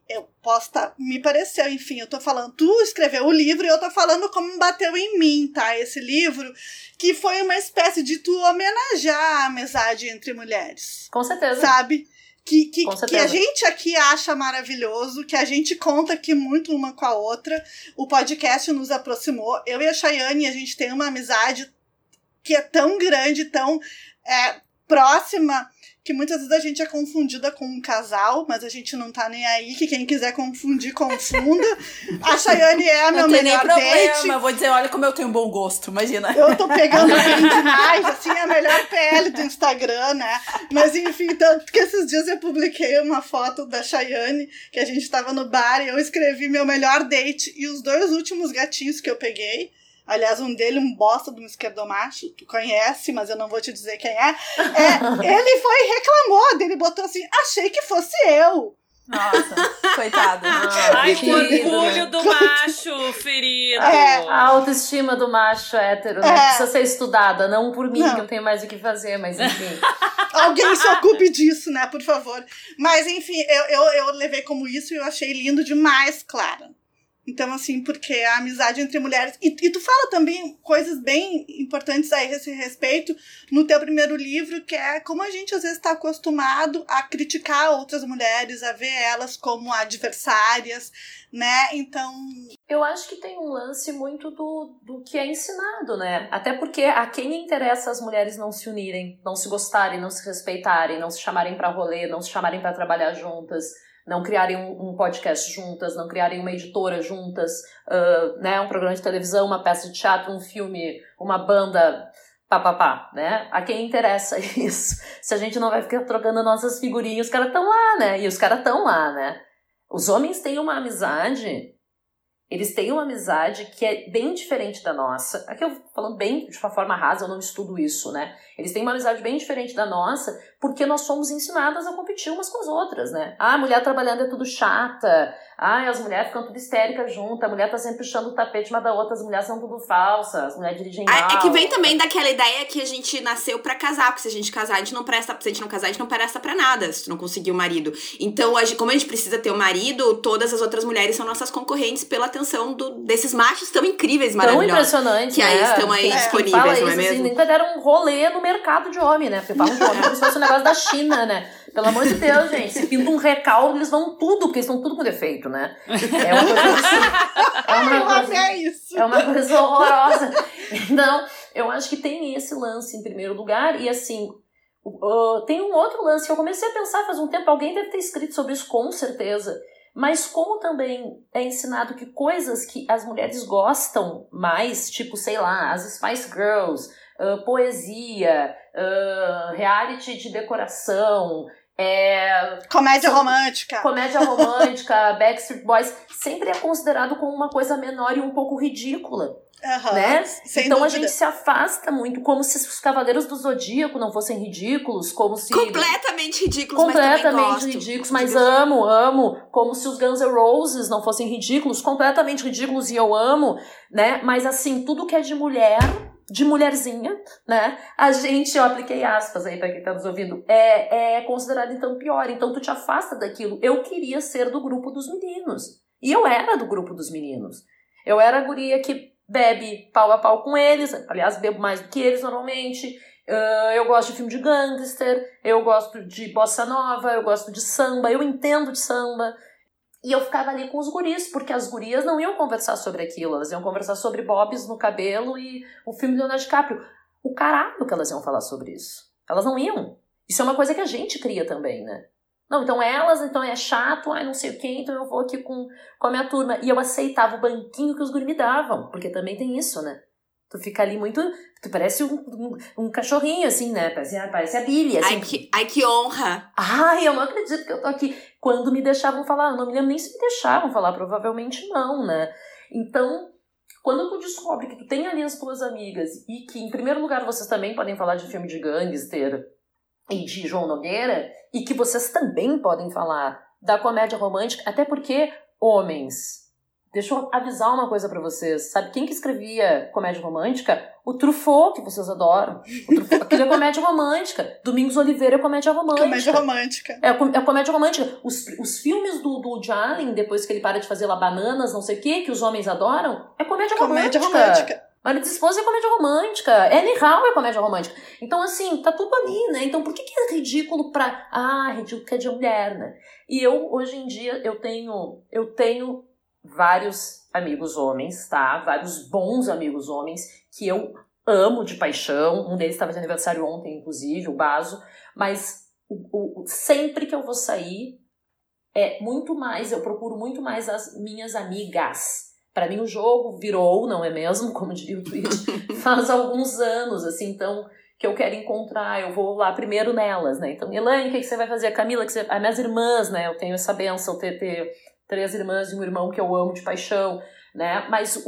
me pareceu, enfim, eu tô falando, tu escreveu o livro e eu tô falando como bateu em mim, tá? Esse livro, que foi uma espécie de tu homenagear a amizade entre mulheres. Com certeza. Sabe? Que a gente aqui acha maravilhoso, que a gente conta aqui muito uma com a outra. O podcast nos aproximou. Eu e a Chayane, a gente tem uma amizade que é tão grande, tão próxima, que muitas vezes a gente é confundida com um casal, mas a gente não tá nem aí, que quem quiser confundir, confunda. A Chayane é a meu melhor date. Não tem nem problema, eu vou dizer, olha como eu tenho bom gosto, imagina. Eu tô pegando bem demais, assim, a melhor pele do Instagram, né? Mas enfim, tanto que esses dias eu publiquei uma foto da Chayane, que a gente tava no bar, e eu escrevi meu melhor date, e os 2 últimos gatinhos que eu peguei, aliás, um dele, um bosta de um esquerdomacho, tu conhece, mas eu não vou te dizer quem é. Ele foi e reclamou, ele botou assim, achei que fosse eu. Nossa, coitado. Ai, que orgulho do macho, ferido. A autoestima do macho hétero, né? Precisa ser estudada, não por mim, que eu tenho mais o que fazer, mas enfim. Alguém se ocupe disso, né, por favor. Mas, enfim, eu levei como isso e eu achei lindo demais, Clara. Então, assim, porque a amizade entre mulheres... E tu fala também coisas bem importantes a esse respeito no teu primeiro livro, que é como a gente, às vezes, está acostumado a criticar outras mulheres, a ver elas como adversárias, né? Então... Eu acho que tem um lance muito do que é ensinado, né? Até porque a quem interessa as mulheres não se unirem, não se gostarem, não se respeitarem, não se chamarem pra rolê, não se chamarem pra trabalhar juntas... não criarem um podcast juntas, não criarem uma editora juntas, né, um programa de televisão, uma peça de teatro, um filme, uma banda, papapá, né? A quem interessa isso? Se a gente não vai ficar trocando nossas figurinhas, os caras estão lá, né? E os caras estão lá, né? Os homens têm uma amizade... Eles têm uma amizade que é bem diferente da nossa. Aqui eu falando bem de uma forma rasa, eu não estudo isso, né? Eles têm uma amizade bem diferente da nossa porque nós somos ensinadas a competir umas com as outras, né? Ah, a mulher trabalhando é tudo chata. Ah, as mulheres ficam tudo histéricas juntas. A mulher tá sempre puxando o tapete uma da outra. As mulheres são tudo falsas. As mulheres dirigem mal. É que vem também daquela ideia que a gente nasceu pra casar. Porque se a gente casar, a gente não presta... Se a gente não casar, a gente não presta pra nada. Se tu não conseguir o marido. Então, como a gente precisa ter o marido, todas as outras mulheres são nossas concorrentes pela atenção desses machos tão incríveis, maravilhosos. Tão impressionantes, que aí estão aí disponíveis, não é mesmo? Assim, nunca deram um rolê no mercado de homem, né? Porque falam de homem como se fosse um negócio da China, né? Pelo amor de Deus, gente. Se pinta um recalque, eles vão tudo, porque eles estão tudo com defeito, né? É uma coisa assim. É uma coisa horrorosa. Então, eu acho que tem esse lance em primeiro lugar. E assim, tem um outro lance que eu comecei a pensar faz um tempo. Alguém deve ter escrito sobre isso, com certeza. Mas como também é ensinado que coisas que as mulheres gostam mais, tipo, sei lá, as Spice Girls, poesia, reality de decoração, comédia romântica, Backstreet Boys, sempre é considerado como uma coisa menor e um pouco ridícula. Uhum, né? Então dúvida. A gente se afasta muito, como se os Cavaleiros do Zodíaco não fossem ridículos, como se... Completamente ridículos, mas também gosto. Ridículos, mas amo, como se os Guns N' Roses não fossem ridículos, completamente ridículos, e eu amo, né? Mas assim, tudo que é de mulher, de mulherzinha, né? A gente, eu apliquei aspas aí pra quem tá nos ouvindo, é considerado então pior, então tu te afasta daquilo. Eu queria ser do grupo dos meninos, e eu era do grupo dos meninos. Eu era a guria que bebe pau a pau com eles, aliás, bebo mais do que eles normalmente. Eu gosto de filme de gangster, eu gosto de bossa nova, eu gosto de samba, eu entendo de samba. E eu ficava ali com os guris, porque as gurias não iam conversar sobre aquilo, elas iam conversar sobre bobs no cabelo e o filme do Leonardo DiCaprio. O caralho que elas iam falar sobre isso. Elas não iam. Isso é uma coisa que a gente cria também, né? Não, então é chato, não sei o quê, então eu vou aqui com a minha turma. E eu aceitava o banquinho que os guris me davam, porque também tem isso, né? Tu fica ali muito... Tu parece um cachorrinho, assim, né? Parece a Billy, assim. Ai, que honra! Ai, eu não acredito que eu tô aqui. Quando me deixavam falar, eu não me lembro nem se me deixavam falar, provavelmente não, né? Então, quando tu descobre que tu tem ali as tuas amigas e que, em primeiro lugar, vocês também podem falar de filme de gangster e de João Nogueira, e que vocês também podem falar da comédia romântica, até porque, homens, deixa eu avisar uma coisa pra vocês, sabe quem que escrevia comédia romântica? O Truffaut, que vocês adoram. Aquilo é comédia romântica. Domingos Oliveira é comédia romântica. Comédia romântica. É comédia romântica. Os filmes do Woody Allen, depois que ele para de fazer lá Bananas, não sei o que os homens adoram, é comédia romântica. Marido e esposa é comédia romântica. Annie Hall é comédia romântica. Então, assim, tá tudo ali, né? Então, por que é ridículo ridículo que é de mulher, né? E eu, hoje em dia, eu tenho vários amigos homens, tá? Vários bons amigos homens que eu amo de paixão. Um deles estava de aniversário ontem, inclusive, o Baso. Mas sempre que eu vou sair, eu procuro muito mais as minhas amigas. Para mim o jogo virou, não é mesmo? Como diria o tweet, faz alguns anos, assim, então, que eu quero encontrar, eu vou lá primeiro nelas, né? Então, Elaine, o que você vai fazer? Camila, as minhas irmãs, né? Eu tenho essa bênção, ter 3 irmãs e um irmão que eu amo de paixão, né? Mas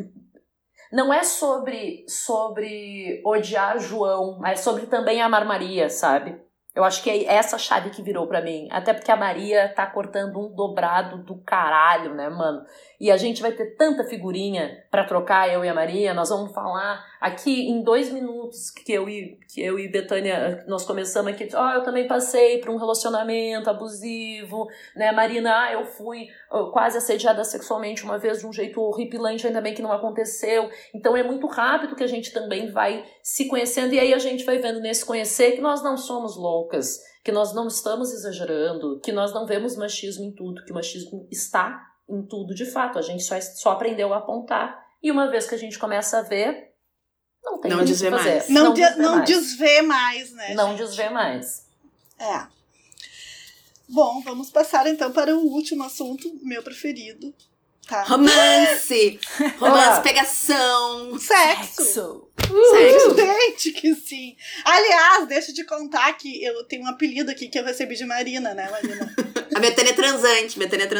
não é sobre odiar João, mas sobre também amar Maria, sabe? Eu acho que é essa chave que virou pra mim. Até porque a Maria tá cortando um dobrado do caralho, né, mano? E a gente vai ter tanta figurinha pra trocar, eu e a Maria. Nós vamos falar Aqui, em 2 minutos que eu e Betânia, nós começamos aqui, eu também passei por um relacionamento abusivo, né, Marina, eu fui quase assediada sexualmente uma vez de um jeito horripilante, ainda bem que não aconteceu. Então é muito rápido que a gente também vai se conhecendo, e aí a gente vai vendo nesse conhecer que nós não somos loucas, que nós não estamos exagerando, que nós não vemos machismo em tudo, que o machismo está em tudo de fato, a gente só aprendeu a apontar, e uma vez que a gente começa a ver, não tem muito o que fazer. Mais. Não desvê mais, né? Não desvê mais. Bom, vamos passar então para o último assunto, meu preferido. Tá. Romance, pegação, sexo. Gente, que sim. Aliás, deixa eu te contar que eu tenho um apelido aqui que eu recebi de Marina, né, Marina? A Betânia transante.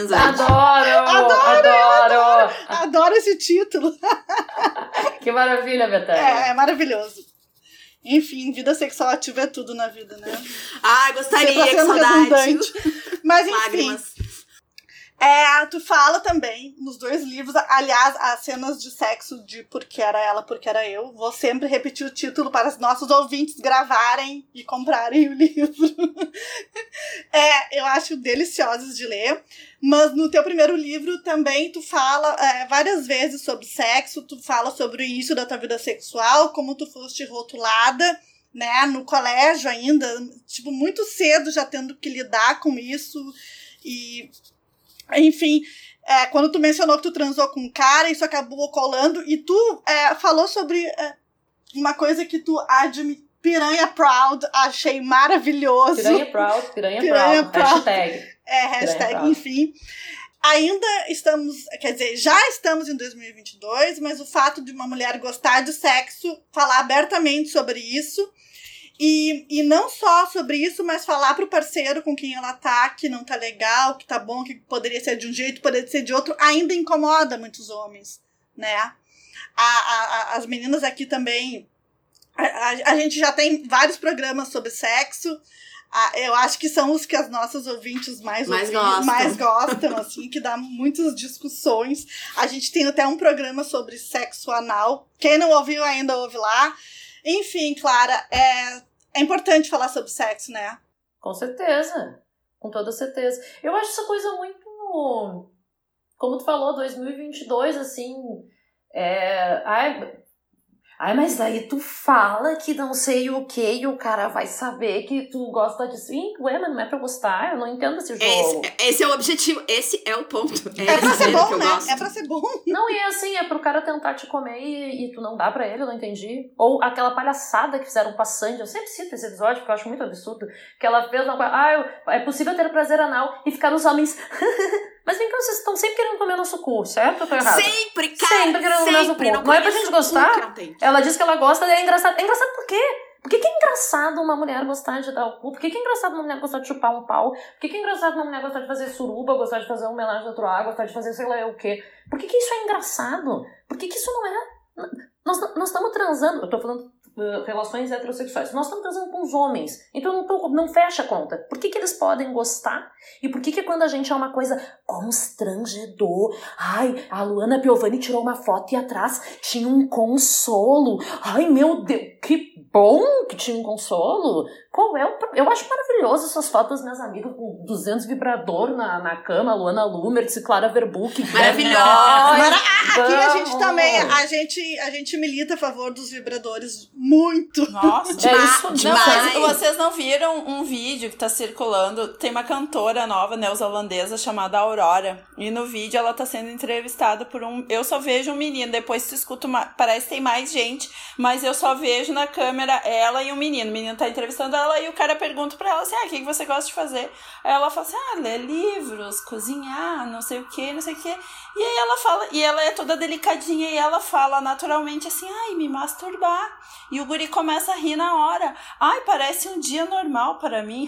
Adoro esse título. Que maravilha, Betânia. É maravilhoso. Enfim, vida sexual ativa é tudo na vida, né? Gostaria, que saudade. Mas enfim. Lágrimas. Tu fala também nos 2 livros, aliás, as cenas de sexo de Porque Era Ela, Porque Era Eu. Vou sempre repetir o título para os nossos ouvintes gravarem e comprarem o livro. Eu acho deliciosos de ler. Mas no teu primeiro livro também tu fala várias vezes sobre sexo, tu fala sobre o início da tua vida sexual, como tu foste rotulada, né, no colégio ainda, tipo, muito cedo já tendo que lidar com isso. E, enfim, quando tu mencionou que tu transou com um cara, isso acabou colando, e tu falou sobre uma coisa que tu Piranha Proud, achei maravilhoso. Piranha Proud. Hashtag, enfim. Ainda já estamos em 2022, mas o fato de uma mulher gostar de sexo, falar abertamente sobre isso, e não só sobre isso, mas falar pro parceiro com quem ela tá, que não tá legal, que tá bom, que poderia ser de um jeito, poderia ser de outro, ainda incomoda muitos homens, né? As meninas aqui também, a gente já tem vários programas sobre sexo. Eu acho que são os que as nossas ouvintes mais gostam, assim, que dá muitas discussões. A gente tem até um programa sobre sexo anal. Quem não ouviu ainda, ouve lá. Enfim, Clara, é importante falar sobre sexo, né? Com certeza. Com toda certeza. Eu acho essa coisa muito... Como tu falou, 2022, assim... mas aí tu fala que não sei o que e o cara vai saber que tu gosta disso. Ué, mas não é pra gostar? Eu não entendo esse jogo. Esse é o objetivo, esse é o ponto. É pra ser bom, né? É pra ser bom. Não, e assim, é pro cara tentar te comer e tu não dá pra ele, eu não entendi. Ou aquela palhaçada que fizeram com a Sandy, eu sempre cito esse episódio porque eu acho muito absurdo, que ela fez uma coisa, é possível ter prazer anal e ficar os homens... Mas vem cá, vocês estão sempre querendo comer nosso cu, certo ou tô errado? Sempre, cara! Sempre querendo comer nosso cu. Não é pra gente gostar? Ela disse que ela gosta, é engraçado. É engraçado por quê? Por que é engraçado uma mulher gostar de dar o cu? Por que é engraçado uma mulher gostar de chupar um pau? Por que é engraçado uma mulher gostar de fazer suruba, gostar de fazer homenagem ao outro ar, gostar de fazer sei lá o quê? Por que isso é engraçado? Por que isso não é... Nós estamos transando... Eu tô falando... relações heterossexuais. Nós estamos transando com os homens. Então não fecha a conta. Por que eles podem gostar? E por que quando a gente é uma coisa constrangedor? Ai, a Luana Piovani tirou uma foto e atrás tinha um consolo. Ai, meu Deus, que bom que tinha um consolo. Qual é o... Eu acho maravilhoso essas fotos das minhas amigas com 200 vibrador na cama, Luana Lumertz e Clara Verbuck. Maravilhosa! Aqui a gente também, a gente milita a favor dos vibradores muito. Nossa, demais. Vocês não viram um vídeo que tá circulando? Tem uma cantora nova, neozelandesa, chamada Aurora. E no vídeo ela tá sendo entrevistada por um... Eu só vejo um menino, depois tu escuta parece que tem mais gente, mas eu só vejo na câmera ela e um menino. O menino tá entrevistando ela e o cara pergunta pra ela assim, o que você gosta de fazer? Aí ela fala assim, ler livros, cozinhar, não sei o que. E aí ela fala, e ela é toda delicadinha e ela fala naturalmente assim, me masturbar. E o guri começa a rir na hora. Parece um dia normal para mim.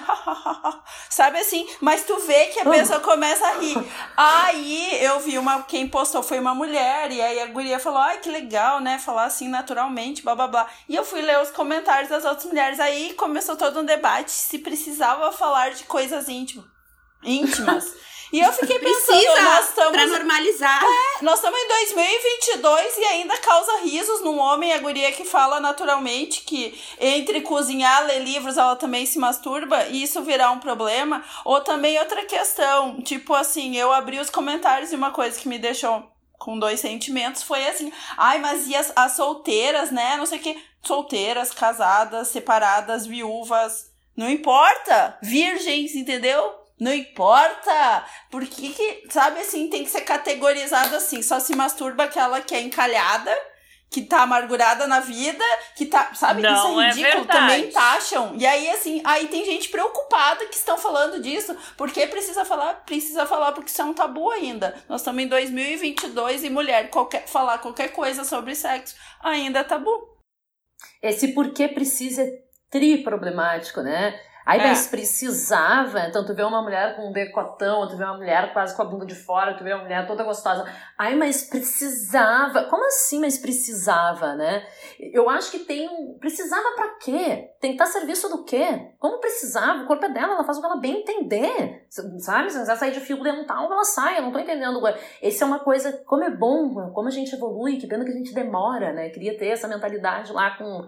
Sabe assim? Mas tu vê que a pessoa começa a rir. Aí eu vi quem postou foi uma mulher. E aí a guria falou, que legal, né? Falar assim naturalmente, blá blá blá. E eu fui ler os comentários das outras mulheres. Aí começou todo um debate se precisava falar de coisas íntimas. E eu fiquei pensando, pra normalizar. Nós estamos em 2022 e ainda causa risos num homem, a guria que fala naturalmente que entre cozinhar, ler livros, ela também se masturba e isso virar um problema. Ou também outra questão, tipo assim, eu abri os comentários e uma coisa que me deixou com 2 sentimentos foi assim, mas e as solteiras, né, não sei o que, solteiras, casadas, separadas, viúvas, não importa, virgens, entendeu? Não importa, porque, sabe, assim, tem que ser categorizado assim, só se masturba aquela que é encalhada, que tá amargurada na vida, que tá, sabe, não, isso é ridículo, também taxam, e aí, assim, aí tem gente preocupada que estão falando disso, porque precisa falar porque isso é um tabu ainda, nós estamos em 2022 e mulher, falar qualquer coisa sobre sexo ainda é tabu. Esse porquê precisa é tri-problemático, né? Mas precisava, então tu vê uma mulher com um decotão, tu vê uma mulher quase com a bunda de fora, tu vê uma mulher toda gostosa. Mas precisava. Como assim, mas precisava, né? Eu acho que precisava pra quê? Tem que estar a serviço do quê? Como precisava? O corpo é dela, ela faz o que ela bem entender, sabe? Se quiser sair de fio dental, ela sai, eu não tô entendendo. Essa é uma coisa, como é bom, como a gente evolui, que pena que a gente demora, né? Queria ter essa mentalidade lá com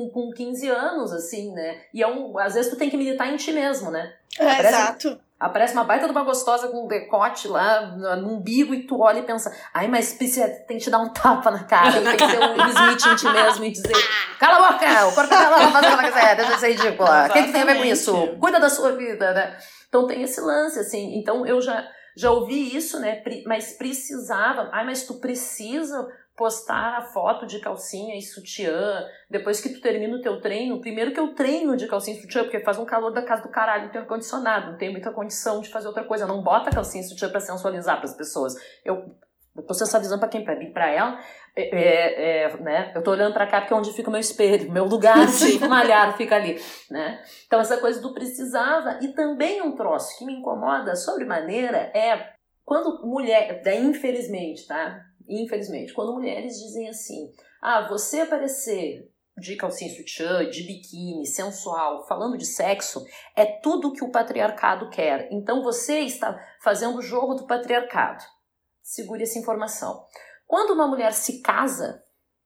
15 anos, assim, né? E às vezes tu tem que militar em ti mesmo, né? Exato. Aparece uma baita de uma gostosa com um decote lá no umbigo e tu olha e pensa, mas tem que te dar um tapa na cara, tem que ter um Will Smith em ti mesmo e dizer, cala a boca, o corpo dela, ela faz o que ela quiser, deixa de ser ridícula. O que tem a ver com isso? Cuida da sua vida, né? Então tem esse lance, assim, então eu já ouvi isso, né? Mas precisava, mas tu precisa postar a foto de calcinha e sutiã, depois que tu termina o teu treino, primeiro que eu treino de calcinha e sutiã, porque faz um calor da casa do caralho, não tem ar-condicionado, não tem muita condição de fazer outra coisa, não bota calcinha e sutiã pra sensualizar pras pessoas. Eu tô sensualizando pra quem? Pra mim, pra ela, né? Eu tô olhando pra cá porque é onde fica o meu espelho, meu lugar de malhar fica ali, né? Então essa coisa do precisava, e também um troço que me incomoda sobremaneira é quando mulher, infelizmente, tá? Infelizmente, quando mulheres dizem assim, você aparecer de calcinha sutiã, de biquíni, sensual, falando de sexo, é tudo que o patriarcado quer. Então você está fazendo o jogo do patriarcado. Segure essa informação. Quando uma mulher se casa,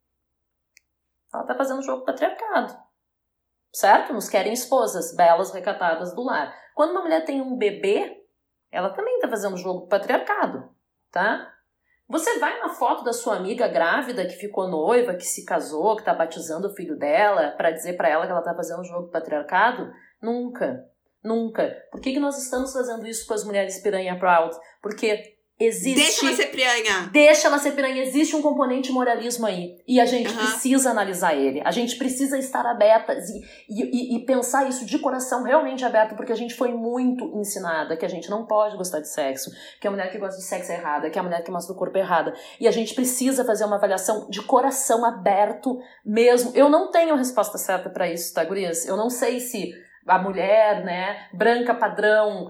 ela está fazendo o jogo do patriarcado. Certo? Nos querem esposas, belas, recatadas do lar. Quando uma mulher tem um bebê, ela também está fazendo o jogo do patriarcado. Tá? Você vai na foto da sua amiga grávida que ficou noiva, que se casou, que tá batizando o filho dela, pra dizer pra ela que ela tá fazendo o jogo do patriarcado? Nunca. Nunca. Por que nós estamos fazendo isso com as mulheres piranha proud? Porque existe... Deixa ela ser piranha. Deixa ela ser piranha. Existe um componente moralismo aí. E a gente precisa analisar ele. A gente precisa estar abertas e pensar isso de coração realmente aberto, porque a gente foi muito ensinada que a gente não pode gostar de sexo, que a mulher que gosta de sexo é errada, que a mulher que mostra o corpo é errada. E a gente precisa fazer uma avaliação de coração aberto mesmo. Eu não tenho a resposta certa pra isso, tá, gurias? Eu não sei se a mulher, né, branca, padrão,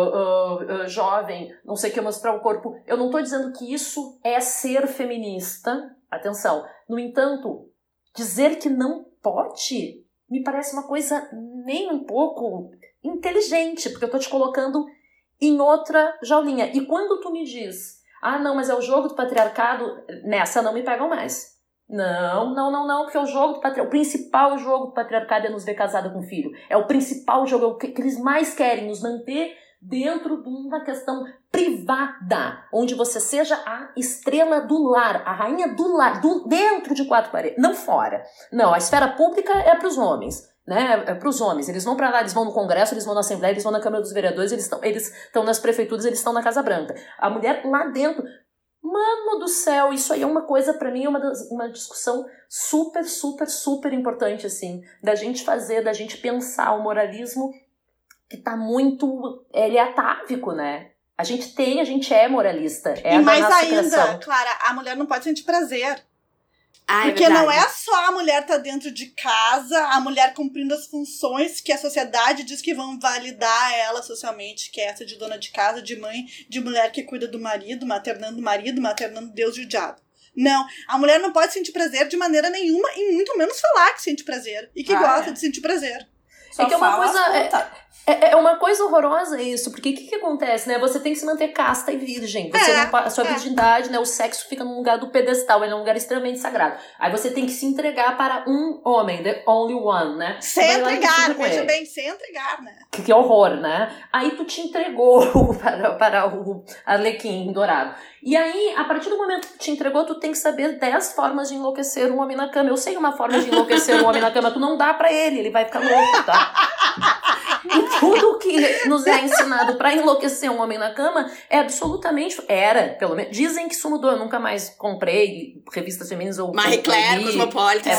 jovem, não sei o que, mostrar o corpo. Eu não tô dizendo que isso é ser feminista. Atenção. No entanto, dizer que não pode me parece uma coisa nem um pouco inteligente, porque eu tô te colocando em outra jaulinha. E quando tu me diz, não, mas é o jogo do patriarcado, nessa não me pegam mais. Não, porque o principal jogo do patriarcado é nos ver casada com filho. É o principal jogo, é o que eles mais querem, nos manter dentro de uma questão privada, onde você seja a estrela do lar, a rainha do lar, dentro de 4 paredes, não fora. Não, a esfera pública é para os homens, né? É para os homens. Eles vão para lá, eles vão no Congresso, eles vão na Assembleia, eles vão na Câmara dos Vereadores, eles estão nas prefeituras, eles estão na Casa Branca. A mulher lá dentro... Mano do céu, isso aí é uma coisa, pra mim, uma discussão super, super, super importante, assim, da gente fazer, da gente pensar o moralismo que tá muito, ele é atávico, né? A gente é moralista. E mais ainda, Clara, a mulher não pode sentir prazer. Porque não é só a mulher estar dentro de casa, a mulher cumprindo as funções que a sociedade diz que vão validar ela socialmente, que é essa de dona de casa, de mãe, de mulher que cuida do marido, maternando Deus e o diabo. Não, a mulher não pode sentir prazer de maneira nenhuma e muito menos falar que sente prazer e que gosta de sentir prazer. É que é uma coisa... É uma coisa horrorosa isso, porque o que acontece, né? Você tem que se manter casta e virgem. Você a sua virgindade, né? O sexo fica num lugar do pedestal, ele é um lugar extremamente sagrado. Aí você tem que se entregar para um homem, the only one, né? Sem entregar, veja bem, sem entregar, né? Que horror, né? Aí tu te entregou para o Arlequim dourado. E aí, a partir do momento que te entregou, tu tem que saber 10 formas de enlouquecer um homem na cama. Eu sei uma forma de enlouquecer um homem na cama, tu não dá pra ele vai ficar louco, tá? E tudo que nos é ensinado pra enlouquecer um homem na cama é absolutamente... Era, pelo menos. Dizem que isso mudou. Eu nunca mais comprei revistas femininas ou... Marie Claire, Cosmopolitan,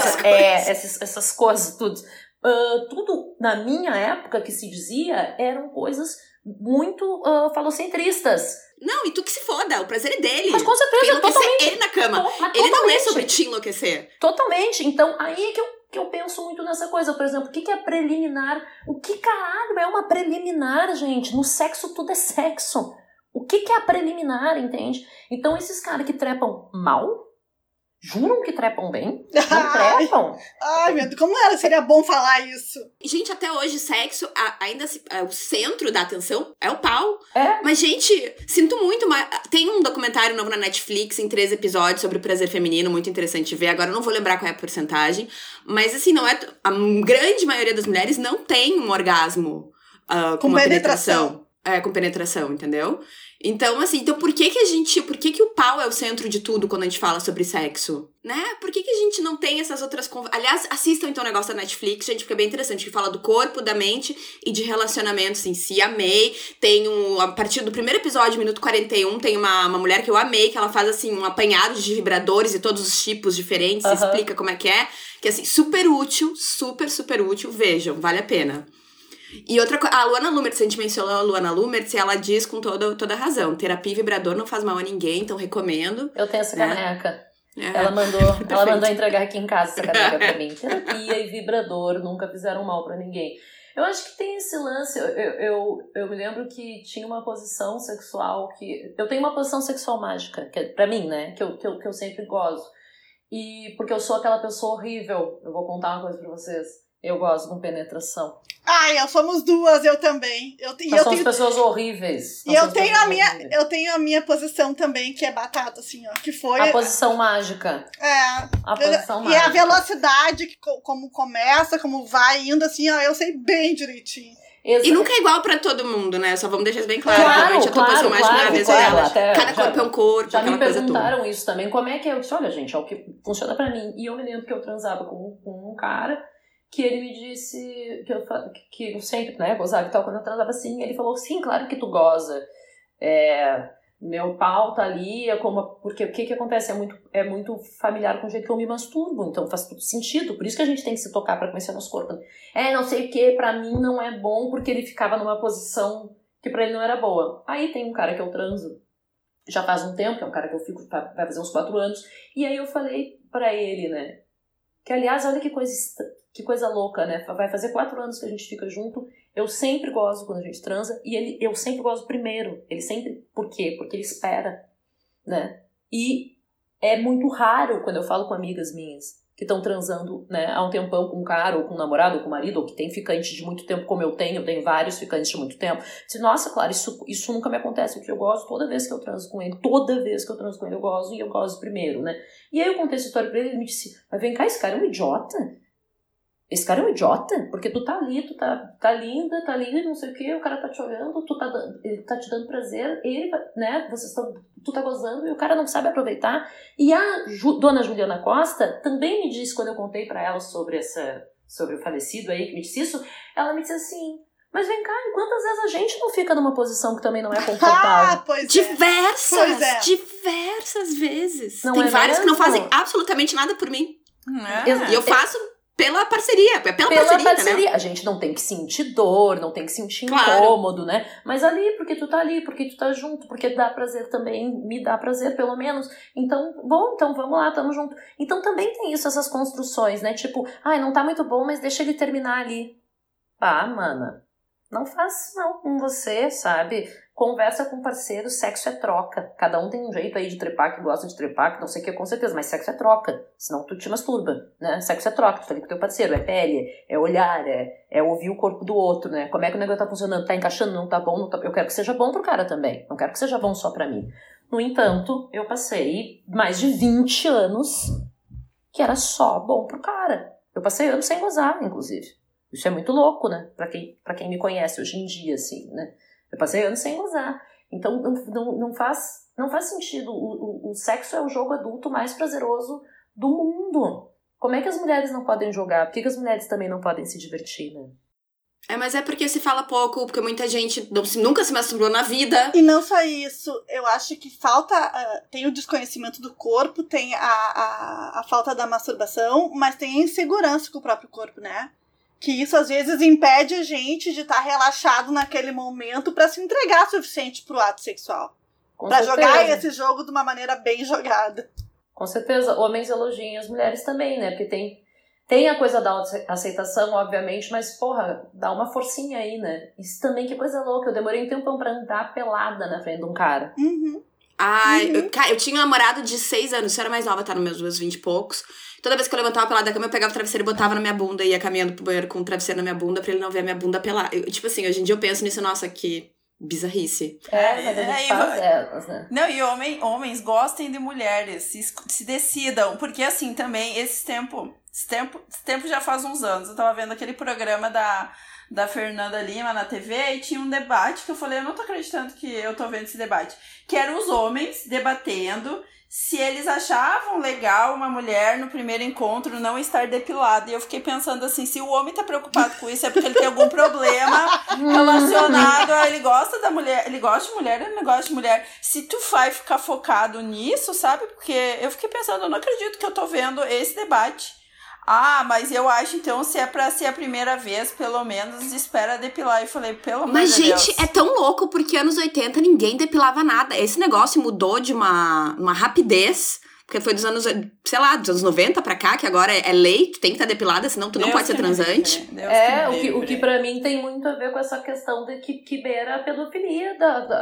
essas coisas, tudo. Tudo, na minha época, que se dizia, eram coisas muito falocentristas. Não, e tu que se foda, o prazer é dele. Mas com certeza, totalmente. Ele na cama. Ele não é sobre te enlouquecer. Totalmente. Então, aí é que eu penso muito nessa coisa. Por exemplo, o que é preliminar? O que caralho é uma preliminar, gente? No sexo tudo é sexo. O que é a preliminar, entende? Então, esses caras que trepam mal, juram que trepam bem, não trepam. Ai, meu Deus, como seria bom falar isso? Gente, até hoje, sexo, ainda o centro da atenção é o pau. É. Mas, gente, sinto muito, mas tem um documentário novo na Netflix, em 3 episódios, sobre o prazer feminino, muito interessante de ver. Agora eu não vou lembrar qual é a porcentagem. Mas, assim, não é... A grande maioria das mulheres não tem um orgasmo com uma penetração. Com penetração, entendeu? Então, assim, por que o pau é o centro de tudo quando a gente fala sobre sexo? Né? Por que a gente não tem essas outras... Aliás, assistam então o negócio da Netflix, gente, porque é bem interessante, que fala do corpo, da mente e de relacionamentos em si. Amei. Tem a partir do primeiro episódio, minuto 41, tem uma mulher que eu amei, que ela faz, assim, um apanhado de vibradores e todos os tipos diferentes, explica como é, que é, assim, super útil, super, super útil. Vejam, vale a pena. E outra coisa, a Luana Lumertz, a gente mencionou a Luana Lumertz, e ela diz com toda razão, terapia e vibrador não faz mal a ninguém, então recomendo. Eu tenho essa caneca. Ela mandou entregar aqui em casa essa caneca pra mim. Terapia e vibrador nunca fizeram mal pra ninguém. Eu acho que tem esse lance, eu me lembro que tinha uma posição sexual que... Eu tenho uma posição sexual mágica, que é pra mim, né, que eu sempre gozo. E porque eu sou aquela pessoa horrível, eu vou contar uma coisa pra vocês. Eu gosto com penetração. Ai, somos duas, eu também. Nós somos pessoas horríveis. E eu tenho a minha posição também, que é batata, assim, ó. Que foi... A posição mágica. A posição mágica. E a velocidade, como começa, como vai indo, assim, ó. Eu sei bem direitinho. E nunca é igual pra todo mundo, né? Só vamos deixar isso bem claro. Realmente, a tua posição mágica não é a mesma dela. Cada corpo é um corpo, já aquela me coisa toda. perguntaram isso também. Como é que eu disse, olha, gente, é o que funciona pra mim. E eu me lembro que eu transava com um cara... que ele me disse que eu sempre, né, gozava e tal, quando eu transava assim, ele falou, sim, claro que tu goza, meu pau tá ali, porque o que acontece, é muito familiar com o jeito que eu me masturbo, então faz todo sentido, por isso que a gente tem que se tocar pra conhecer nosso corpo. Não sei o que, pra mim não é bom, porque ele ficava numa posição que pra ele não era boa. Aí tem um cara que eu transo, já faz um tempo, que é um cara que eu fico, vai fazer uns 4 anos, e aí eu falei pra ele, né, que aliás, olha que coisa louca, né? Vai fazer 4 anos que a gente fica junto. Eu sempre gozo quando a gente transa. E eu sempre gozo primeiro. Ele sempre... Por quê? Porque ele espera, né? E é muito raro quando eu falo com amigas minhas que estão transando, né, há um tempão com um cara, ou com um namorado, ou com um marido, ou que tem ficante de muito tempo, como eu tenho vários ficantes de muito tempo. Disse, nossa, claro, isso nunca me acontece, porque eu gozo toda vez que eu transo com ele. Toda vez que eu transo com ele, eu gozo, e eu gozo primeiro, né? E aí eu contei essa história pra ele, ele me disse, mas vem cá, esse cara é um idiota? Esse cara é um idiota? Porque tu tá ali, tu tá linda, não sei o que, o cara tá te olhando, ele tá te dando prazer, ele, né, tu tá gozando e o cara não sabe aproveitar. E a dona Juliana Costa também me disse, quando eu contei pra ela sobre o falecido aí, que me disse isso, ela me disse assim, mas vem cá, quantas vezes a gente não fica numa posição que também não é confortável? Pois Diversas vezes. Não tem vários mesmo? Que não fazem absolutamente nada por mim. E eu faço... Pela parceria, pela parceria. A gente não tem que sentir dor, não tem que sentir incômodo, né? Mas ali, porque tu tá ali, porque tu tá junto, porque dá prazer também, me dá prazer pelo menos. Então, então vamos lá, tamo junto. Então também tem isso, essas construções, né? Tipo, não tá muito bom, mas deixa ele terminar ali. Mana, Não faz não com você, sabe? Conversa com parceiro, sexo é troca. Cada um tem um jeito aí de trepar, que gosta de trepar, que não sei o que, com certeza, mas sexo é troca. Senão tu te masturba, né? Sexo é troca, tu tá ali com teu parceiro, é pele, é olhar, é ouvir o corpo do outro, né? Como é que o negócio tá funcionando? Tá encaixando? Não tá bom? Não tá... Eu quero que seja bom pro cara também. Não quero que seja bom só pra mim. No entanto, eu passei mais de 20 anos que era só bom pro cara. Eu passei anos sem gozar, inclusive. Isso é muito louco, né? Pra quem me conhece hoje em dia, assim, né? Eu passei anos sem gozar. Então, não faz sentido. O sexo é o jogo adulto mais prazeroso do mundo. Como é que as mulheres não podem jogar? Por que as mulheres também não podem se divertir, né? Mas é porque se fala pouco, porque muita gente nunca se masturbou na vida. E não só isso, eu acho que falta... tem o desconhecimento do corpo, tem a falta da masturbação, mas tem a insegurança com o próprio corpo, né? Que isso, às vezes, impede a gente de estar relaxado naquele momento pra se entregar o suficiente pro ato sexual. Pra jogar esse jogo de uma maneira bem jogada. Com certeza. Homens elogiem as mulheres também, né? Porque tem a coisa da aceitação, obviamente, mas, porra, dá uma forcinha aí, né? Isso também, que coisa louca. Eu demorei um tempão pra andar pelada na frente de um cara. Uhum. Eu tinha um namorado de 6 anos, eu era mais nova, tá nos meus 20 e poucos. Toda vez que eu levantava pelada da cama, eu pegava o travesseiro e botava na minha bunda e ia caminhando pro banheiro com o travesseiro na minha bunda pra ele não ver a minha bunda pelada. Tipo assim, hoje em dia eu penso nisso, nossa, que bizarrice. Mas a gente faz elas, né? Não, e homens gostem de mulheres, se decidam, porque assim, também, esse tempo já faz uns anos, eu tava vendo aquele programa da Fernanda Lima na TV e tinha um debate que eu falei, eu não tô acreditando que eu tô vendo esse debate, que eram os homens debatendo se eles achavam legal uma mulher no primeiro encontro não estar depilada. E eu fiquei pensando assim, se o homem tá preocupado com isso é porque ele tem algum problema relacionado a ele gosta da mulher, ele gosta de mulher, ele não gosta de mulher. Se tu vai ficar focado nisso, sabe? Porque eu fiquei pensando, eu não acredito que eu tô vendo esse debate. Mas eu acho, então, se é pra ser a primeira vez, pelo menos, espera depilar. E falei, pelo amor de Deus. Mas, gente, é tão louco, porque anos 80 ninguém depilava nada. Esse negócio mudou de uma rapidez, porque foi dos anos, sei lá, dos anos 90 pra cá, que agora é lei, tu tem que estar depilada, senão tu não pode ser transante. O que pra mim tem muito a ver com essa questão de que beira a pedofilia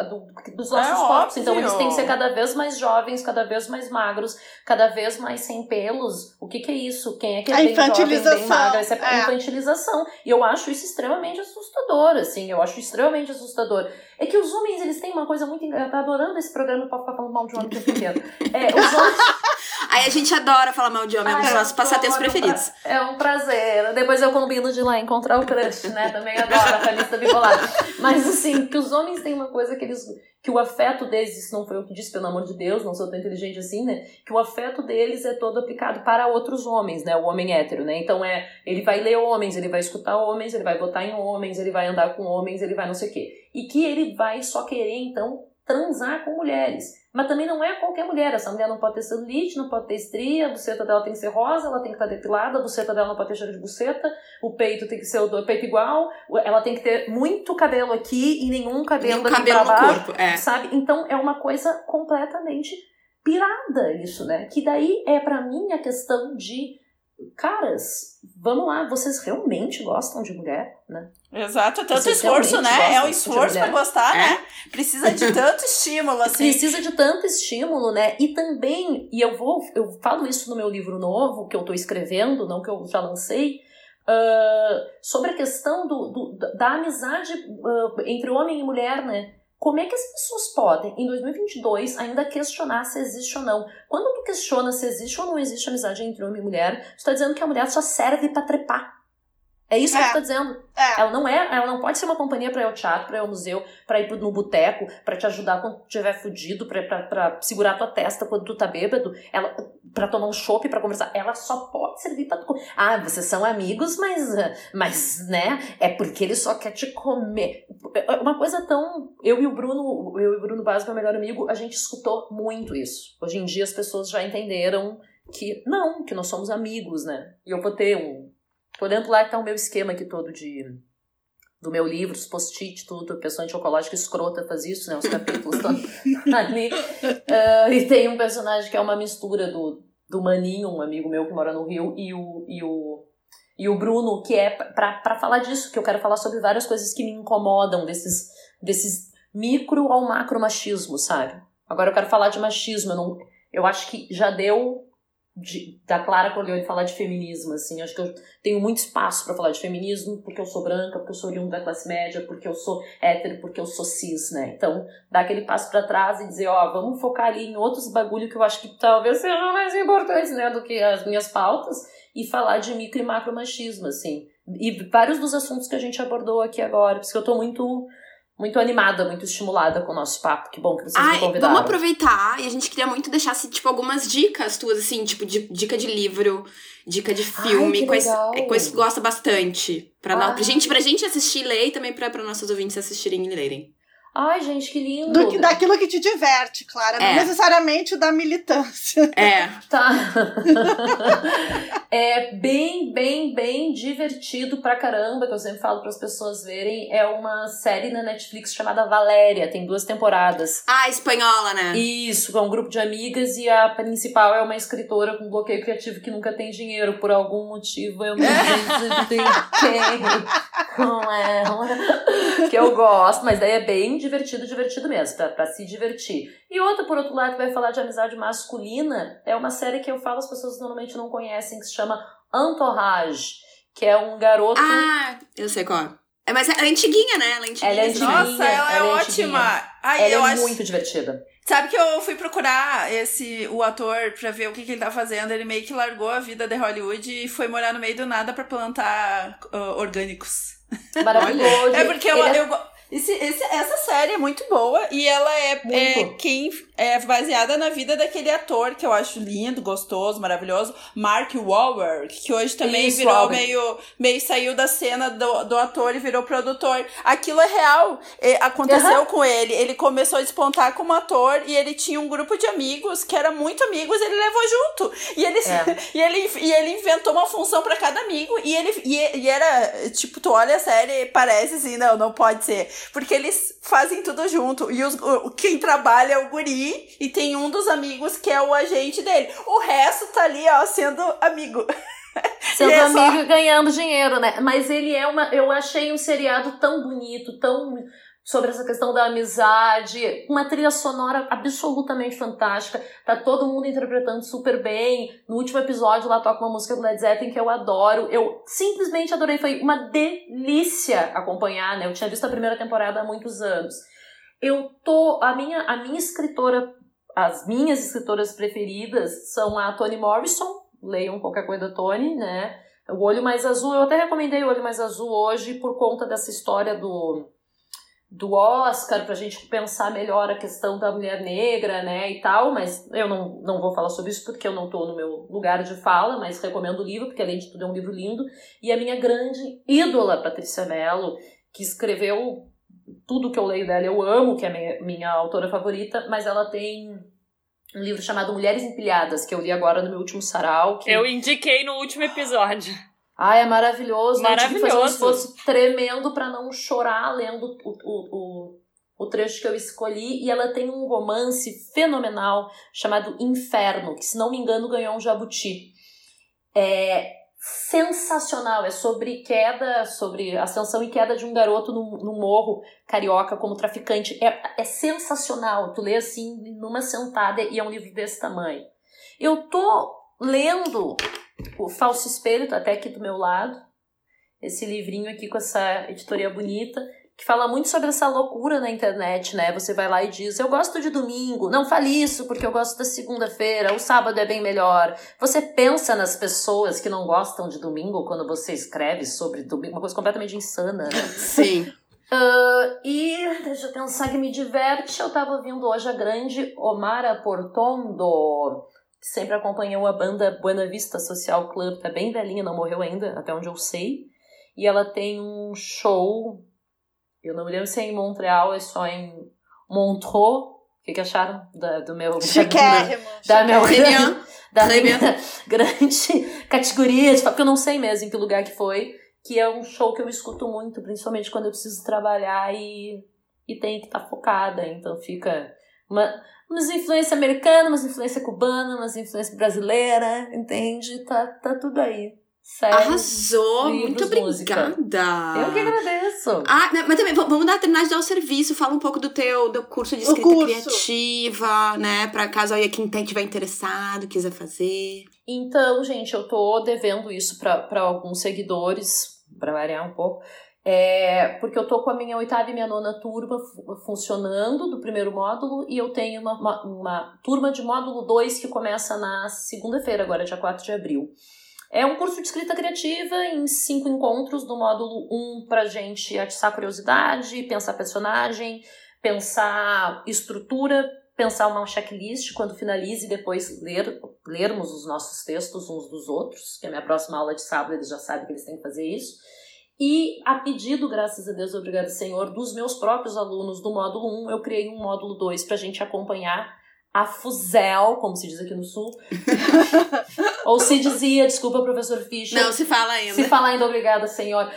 dos nossos corpos. Então eles têm que ser cada vez mais jovens, cada vez mais magros, cada vez mais sem pelos. O que é isso? Quem é que é bem jovem, bem magra? Isso é infantilização. E eu acho isso extremamente assustador, assim. Eu acho extremamente assustador. É que os homens, eles têm uma coisa muito engraçada. Tá adorando esse programa pra ficar falando mal de homem o tempo inteiro. Os homens... Aí a gente adora falar mal de homem, é um dos nossos passatempos preferidos. É um prazer. Depois eu combino de ir lá encontrar o crush, né? Também adoro a Calista bipolar. Mas assim, que os homens têm uma coisa que o afeto deles, isso não foi eu que disse, pelo amor de Deus, não sou tão inteligente assim, né? Que o afeto deles é todo aplicado para outros homens, né? O homem hétero, né? Então ele vai ler homens, ele vai escutar homens, ele vai votar em homens, ele vai andar com homens, ele vai não sei o quê. E que ele vai só querer, então, transar com mulheres. Mas também não é qualquer mulher. Essa mulher não pode ter celulite, não pode ter estria, a buceta dela tem que ser rosa, ela tem que estar depilada, a buceta dela não pode ter cheiro de buceta, o peito tem que ser o peito igual, ela tem que ter muito cabelo aqui e nenhum cabelo aqui pra baixo, corpo, sabe? Então é uma coisa completamente pirada isso, né? Que daí é pra mim a questão de caras, vamos lá, vocês realmente gostam de mulher, né? Exato, tanto esforço, né? É um esforço pra gostar, né? Precisa de tanto estímulo, assim. Precisa de tanto estímulo, né? E também, e eu falo isso no meu livro novo, que eu tô escrevendo, não que eu já lancei, sobre a questão da amizade entre homem e mulher, né? Como é que as pessoas podem, em 2022, ainda questionar se existe ou não? Quando tu questiona se existe ou não existe amizade entre homem e mulher, tu tá dizendo que a mulher só serve pra trepar. É isso que tu tá dizendo. Ela não pode ser uma companhia pra ir ao teatro, pra ir ao museu, pra ir no boteco, pra te ajudar quando tu estiver fudido, pra segurar tua testa quando tu tá bêbado, pra tomar um chopp, pra conversar. Ela só pode servir pra tu... vocês são amigos, mas, né, é porque ele só quer te comer. Uma coisa tão... Eu e o Bruno Basso, meu melhor amigo, a gente escutou muito isso. Hoje em dia as pessoas já entenderam que nós somos amigos, né? E eu vou ter tô olhando lá que tá o meu esquema aqui todo do meu livro, os post-it, tudo, a pessoa antiocológica escrota faz isso, né? Os capítulos estão ali. E tem um personagem que é uma mistura do Maninho, um amigo meu que mora no Rio, e E o Bruno, que é pra falar disso, que eu quero falar sobre várias coisas que me incomodam, desses micro ao macro machismo, sabe? Agora eu quero falar de machismo, eu acho que já deu da Clara Corleone falar de feminismo, assim, acho que eu tenho muito espaço pra falar de feminismo, porque eu sou branca, porque eu sou oriunda da classe média, porque eu sou hétero, porque eu sou cis, né? Então, dar aquele passo pra trás e dizer, vamos focar ali em outros bagulho que eu acho que talvez sejam mais importantes, né, do que as minhas pautas, e falar de micro e macro machismo, assim. E vários dos assuntos que a gente abordou aqui agora, porque eu tô muito animada, muito estimulada com o nosso papo. Que bom que vocês me convidaram. Vamos aproveitar, e a gente queria muito deixar, tipo, algumas dicas tuas, assim, tipo, dica de livro, dica de filme, coisa que gosta bastante. Pra gente assistir e ler, e também pra nossos ouvintes assistirem e lerem. Ai, gente, que lindo. Daquilo que te diverte, Clara. Não necessariamente o da militância. Tá. É bem, bem, bem divertido pra caramba, que eu sempre falo pras pessoas verem. É uma série na Netflix chamada Valéria. Tem 2 temporadas. Espanhola, né? Isso, é um grupo de amigas e a principal é uma escritora com bloqueio criativo que nunca tem dinheiro. Por algum motivo eu me identifiquei com ela. Que eu gosto, mas daí é bem divertido mesmo, pra se divertir. E outra, por outro lado, que vai falar de amizade masculina, é uma série que eu falo, as pessoas normalmente não conhecem, que se chama Entourage, que é um garoto... Eu sei qual. Mas é antiguinha, né? Ela é antiguinha. Nossa, ela é ótima. Ela é muito divertida. Sabe que eu fui procurar o ator pra ver o que ele tá fazendo. Ele meio que largou a vida de Hollywood e foi morar no meio do nada pra plantar orgânicos. Maravilhoso. É porque essa série é muito boa e ela é baseada na vida daquele ator que eu acho lindo, gostoso, maravilhoso, Mark Wahlberg, que hoje também virou meio saiu da cena do ator e virou produtor. Aquilo é real, aconteceu com ele. Ele começou a despontar como ator e ele tinha um grupo de amigos que era muito amigos, ele levou junto. E ele inventou uma função pra cada amigo e era, tipo, tu olha a série, parece assim, não pode ser. Porque eles fazem tudo junto. E quem trabalha é o guri. E tem um dos amigos que é o agente dele. O resto tá ali, sendo amigo. Sendo amigo e ganhando dinheiro, né? Mas ele eu achei um seriado tão bonito, tão... sobre essa questão da amizade, uma trilha sonora absolutamente fantástica, tá todo mundo interpretando super bem. No último episódio lá toca uma música do Led Zeppelin que eu adoro, eu simplesmente adorei, foi uma delícia acompanhar, né? Eu tinha visto a primeira temporada há muitos anos. A minha escritora, as minhas escritoras preferidas são a Toni Morrison, leiam qualquer coisa da Toni, né? O Olho Mais Azul, eu até recomendei O Olho Mais Azul hoje por conta dessa história do Oscar, pra gente pensar melhor a questão da mulher negra, né, e tal, mas eu não vou falar sobre isso porque eu não tô no meu lugar de fala, mas recomendo o livro, porque além de tudo é um livro lindo, e a minha grande ídola, Patrícia Mello, que escreveu tudo que eu leio dela, eu amo, que é minha autora favorita, mas ela tem um livro chamado Mulheres Empilhadas, que eu li agora no meu último sarau. Eu indiquei no último episódio. É maravilhoso. Eu tive que fazer um esforço tremendo pra não chorar lendo o trecho que eu escolhi. E ela tem um romance fenomenal chamado Inferno, que, se não me engano, ganhou um Jabuti. É sensacional. É sobre ascensão e queda de um garoto no morro carioca como traficante. É sensacional. Tu lê assim numa sentada e é um livro desse tamanho. Eu tô lendo O Falso Espelho, tá até aqui do meu lado, esse livrinho aqui com essa editoria bonita, que fala muito sobre essa loucura na internet, né? Você vai lá e diz, eu gosto de domingo, não fale isso porque eu gosto da segunda-feira, o sábado é bem melhor. Você pensa nas pessoas que não gostam de domingo quando você escreve sobre domingo, uma coisa completamente insana, né? Sim. E deixa eu pensar que me diverte, eu tava ouvindo hoje a grande Omara Portondo, que sempre acompanhou a banda Buena Vista Social Club, tá bem velhinha, não morreu ainda, até onde eu sei. E ela tem um show, eu não me lembro se é em Montreal, é só em Montreux. O que acharam do meu... Da minha grande categoria, porque eu não sei mesmo em que lugar que foi, que é um show que eu escuto muito, principalmente quando eu preciso trabalhar e tem que estar focada, então fica... umas influências americanas, umas influências cubanas, umas influências brasileiras, entende? Tá tudo aí. Sério. Arrasou, muito obrigada. Eu que agradeço. Mas também, vamos terminar de dar o serviço, fala um pouco do curso de escrita criativa, né, pra caso aí quem estiver interessado, quiser fazer. Então, gente, eu tô devendo isso pra alguns seguidores, pra variar um pouco, porque eu tô com a minha 8ª e minha 9ª turma funcionando do primeiro módulo, e eu tenho uma turma de módulo 2 que começa na segunda-feira, agora dia 4 de abril. É um curso de escrita criativa em 5 encontros. No módulo 1, pra gente atiçar a curiosidade, pensar personagem, pensar estrutura, pensar uma checklist quando finalize e depois lermos os nossos textos uns dos outros, que é a minha próxima aula de sábado, eles já sabem que eles têm que fazer isso. E a pedido, graças a Deus, obrigado Senhor, dos meus próprios alunos do módulo 1, eu criei um módulo 2 pra gente acompanhar a fuzel, como se diz aqui no Sul. Ou se dizia, desculpa, professor Fischer. Não, se fala ainda. Se fala ainda, obrigada, senhor.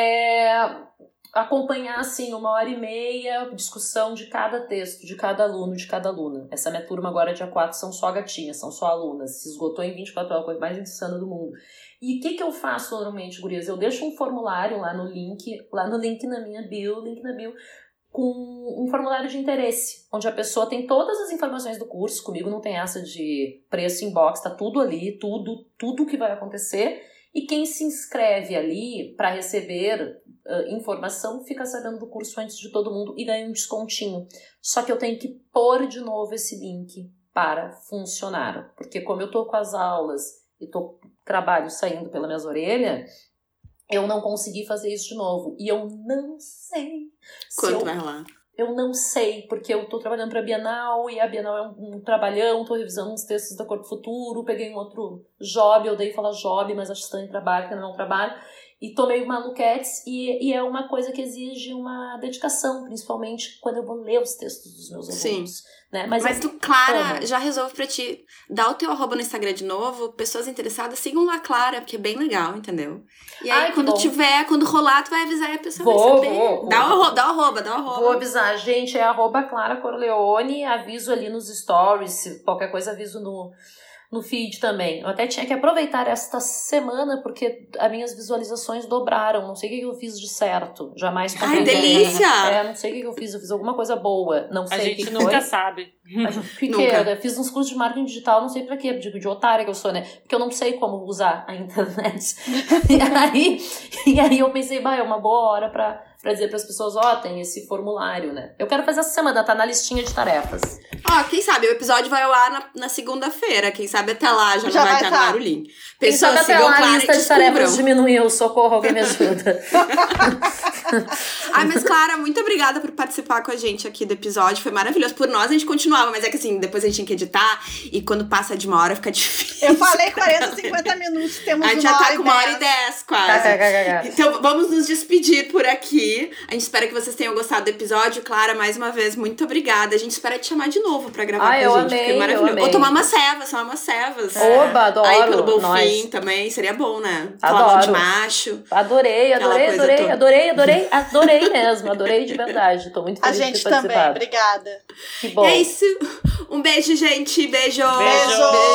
Acompanhar, assim, 1h30, discussão de cada texto, de cada aluno, de cada aluna. Essa minha turma agora, dia 4, são só gatinhas, são só alunas. Se esgotou em 24 horas, a coisa mais insana do mundo. E o que eu faço normalmente, gurias? Eu deixo um formulário lá no link na minha bio, com um formulário de interesse, onde a pessoa tem todas as informações do curso. Comigo não tem essa de preço inbox, tá tudo ali, tudo que vai acontecer. E quem se inscreve ali para receber informação fica sabendo do curso antes de todo mundo e ganha um descontinho. Só que eu tenho que pôr de novo esse link para funcionar. Porque como eu tô com as aulas e trabalho saindo pelas minhas orelhas, eu não consegui fazer isso de novo. E eu não sei. Quanto vai rolar? Eu não sei, porque eu tô trabalhando pra Bienal, e a Bienal é um trabalhão, tô revisando uns textos da Corpo Futuro, peguei um outro job, eu odeio falar job, mas acho que também trabalho, que não é um trabalho, e tô meio maluquetes, e é uma coisa que exige uma dedicação, principalmente quando eu vou ler os textos dos meus alunos. Sim. Né? Mas tu, Clara, já resolve pra ti dar o teu @, no Instagram de novo, pessoas interessadas, sigam lá, Clara, porque é bem legal, entendeu? E aí, quando rolar, tu vai avisar e a pessoa vai saber. Dá o arroba. Vou avisar, gente, é @Clara Corleone, aviso ali nos stories, se qualquer coisa aviso no feed também. Eu até tinha que aproveitar esta semana, porque as minhas visualizações dobraram. Não sei o que eu fiz de certo. Jamais comprei. Ai, delícia! Não sei o que eu fiz. Eu fiz alguma coisa boa. Não sei o que foi. A gente nunca sabe. Eu fiz uns cursos de marketing digital, não sei pra quê. De otária que eu sou, né? Porque eu não sei como usar a internet. e aí eu pensei, é uma boa hora pra dizer pras pessoas, tem esse formulário, né? Eu quero fazer essa semana, tá na listinha de tarefas. Quem sabe o episódio vai ao ar na segunda-feira. Quem sabe até lá já não vai ter no ar o link. Pessoas, quem sabe até lá a lista de tarefas diminuiu. Socorro, alguém me ajuda. Mas Clara, muito obrigada por participar com a gente aqui do episódio. Foi maravilhoso. Por nós a gente continuava, mas é que assim, depois a gente tinha que editar e quando passa de 1 hora fica difícil. Eu falei 40, 50 minutos, temos 1 hora. A gente já tá com 1h10 quase. Então vamos nos despedir por aqui. A gente espera que vocês tenham gostado do episódio. Clara, mais uma vez, muito obrigada. A gente espera te chamar de novo pra gravar com a gente. Amei, porque é maravilhoso. Ou tomar umas cevas. Oba, adoro. Aí pelo Bonfim também, seria bom, né? Adoro. De macho. Adorei mesmo. Adorei de verdade. Tô muito feliz de ter participado. A gente também, obrigada. Que bom. É isso. Um beijo, gente. Beijo. Beijo.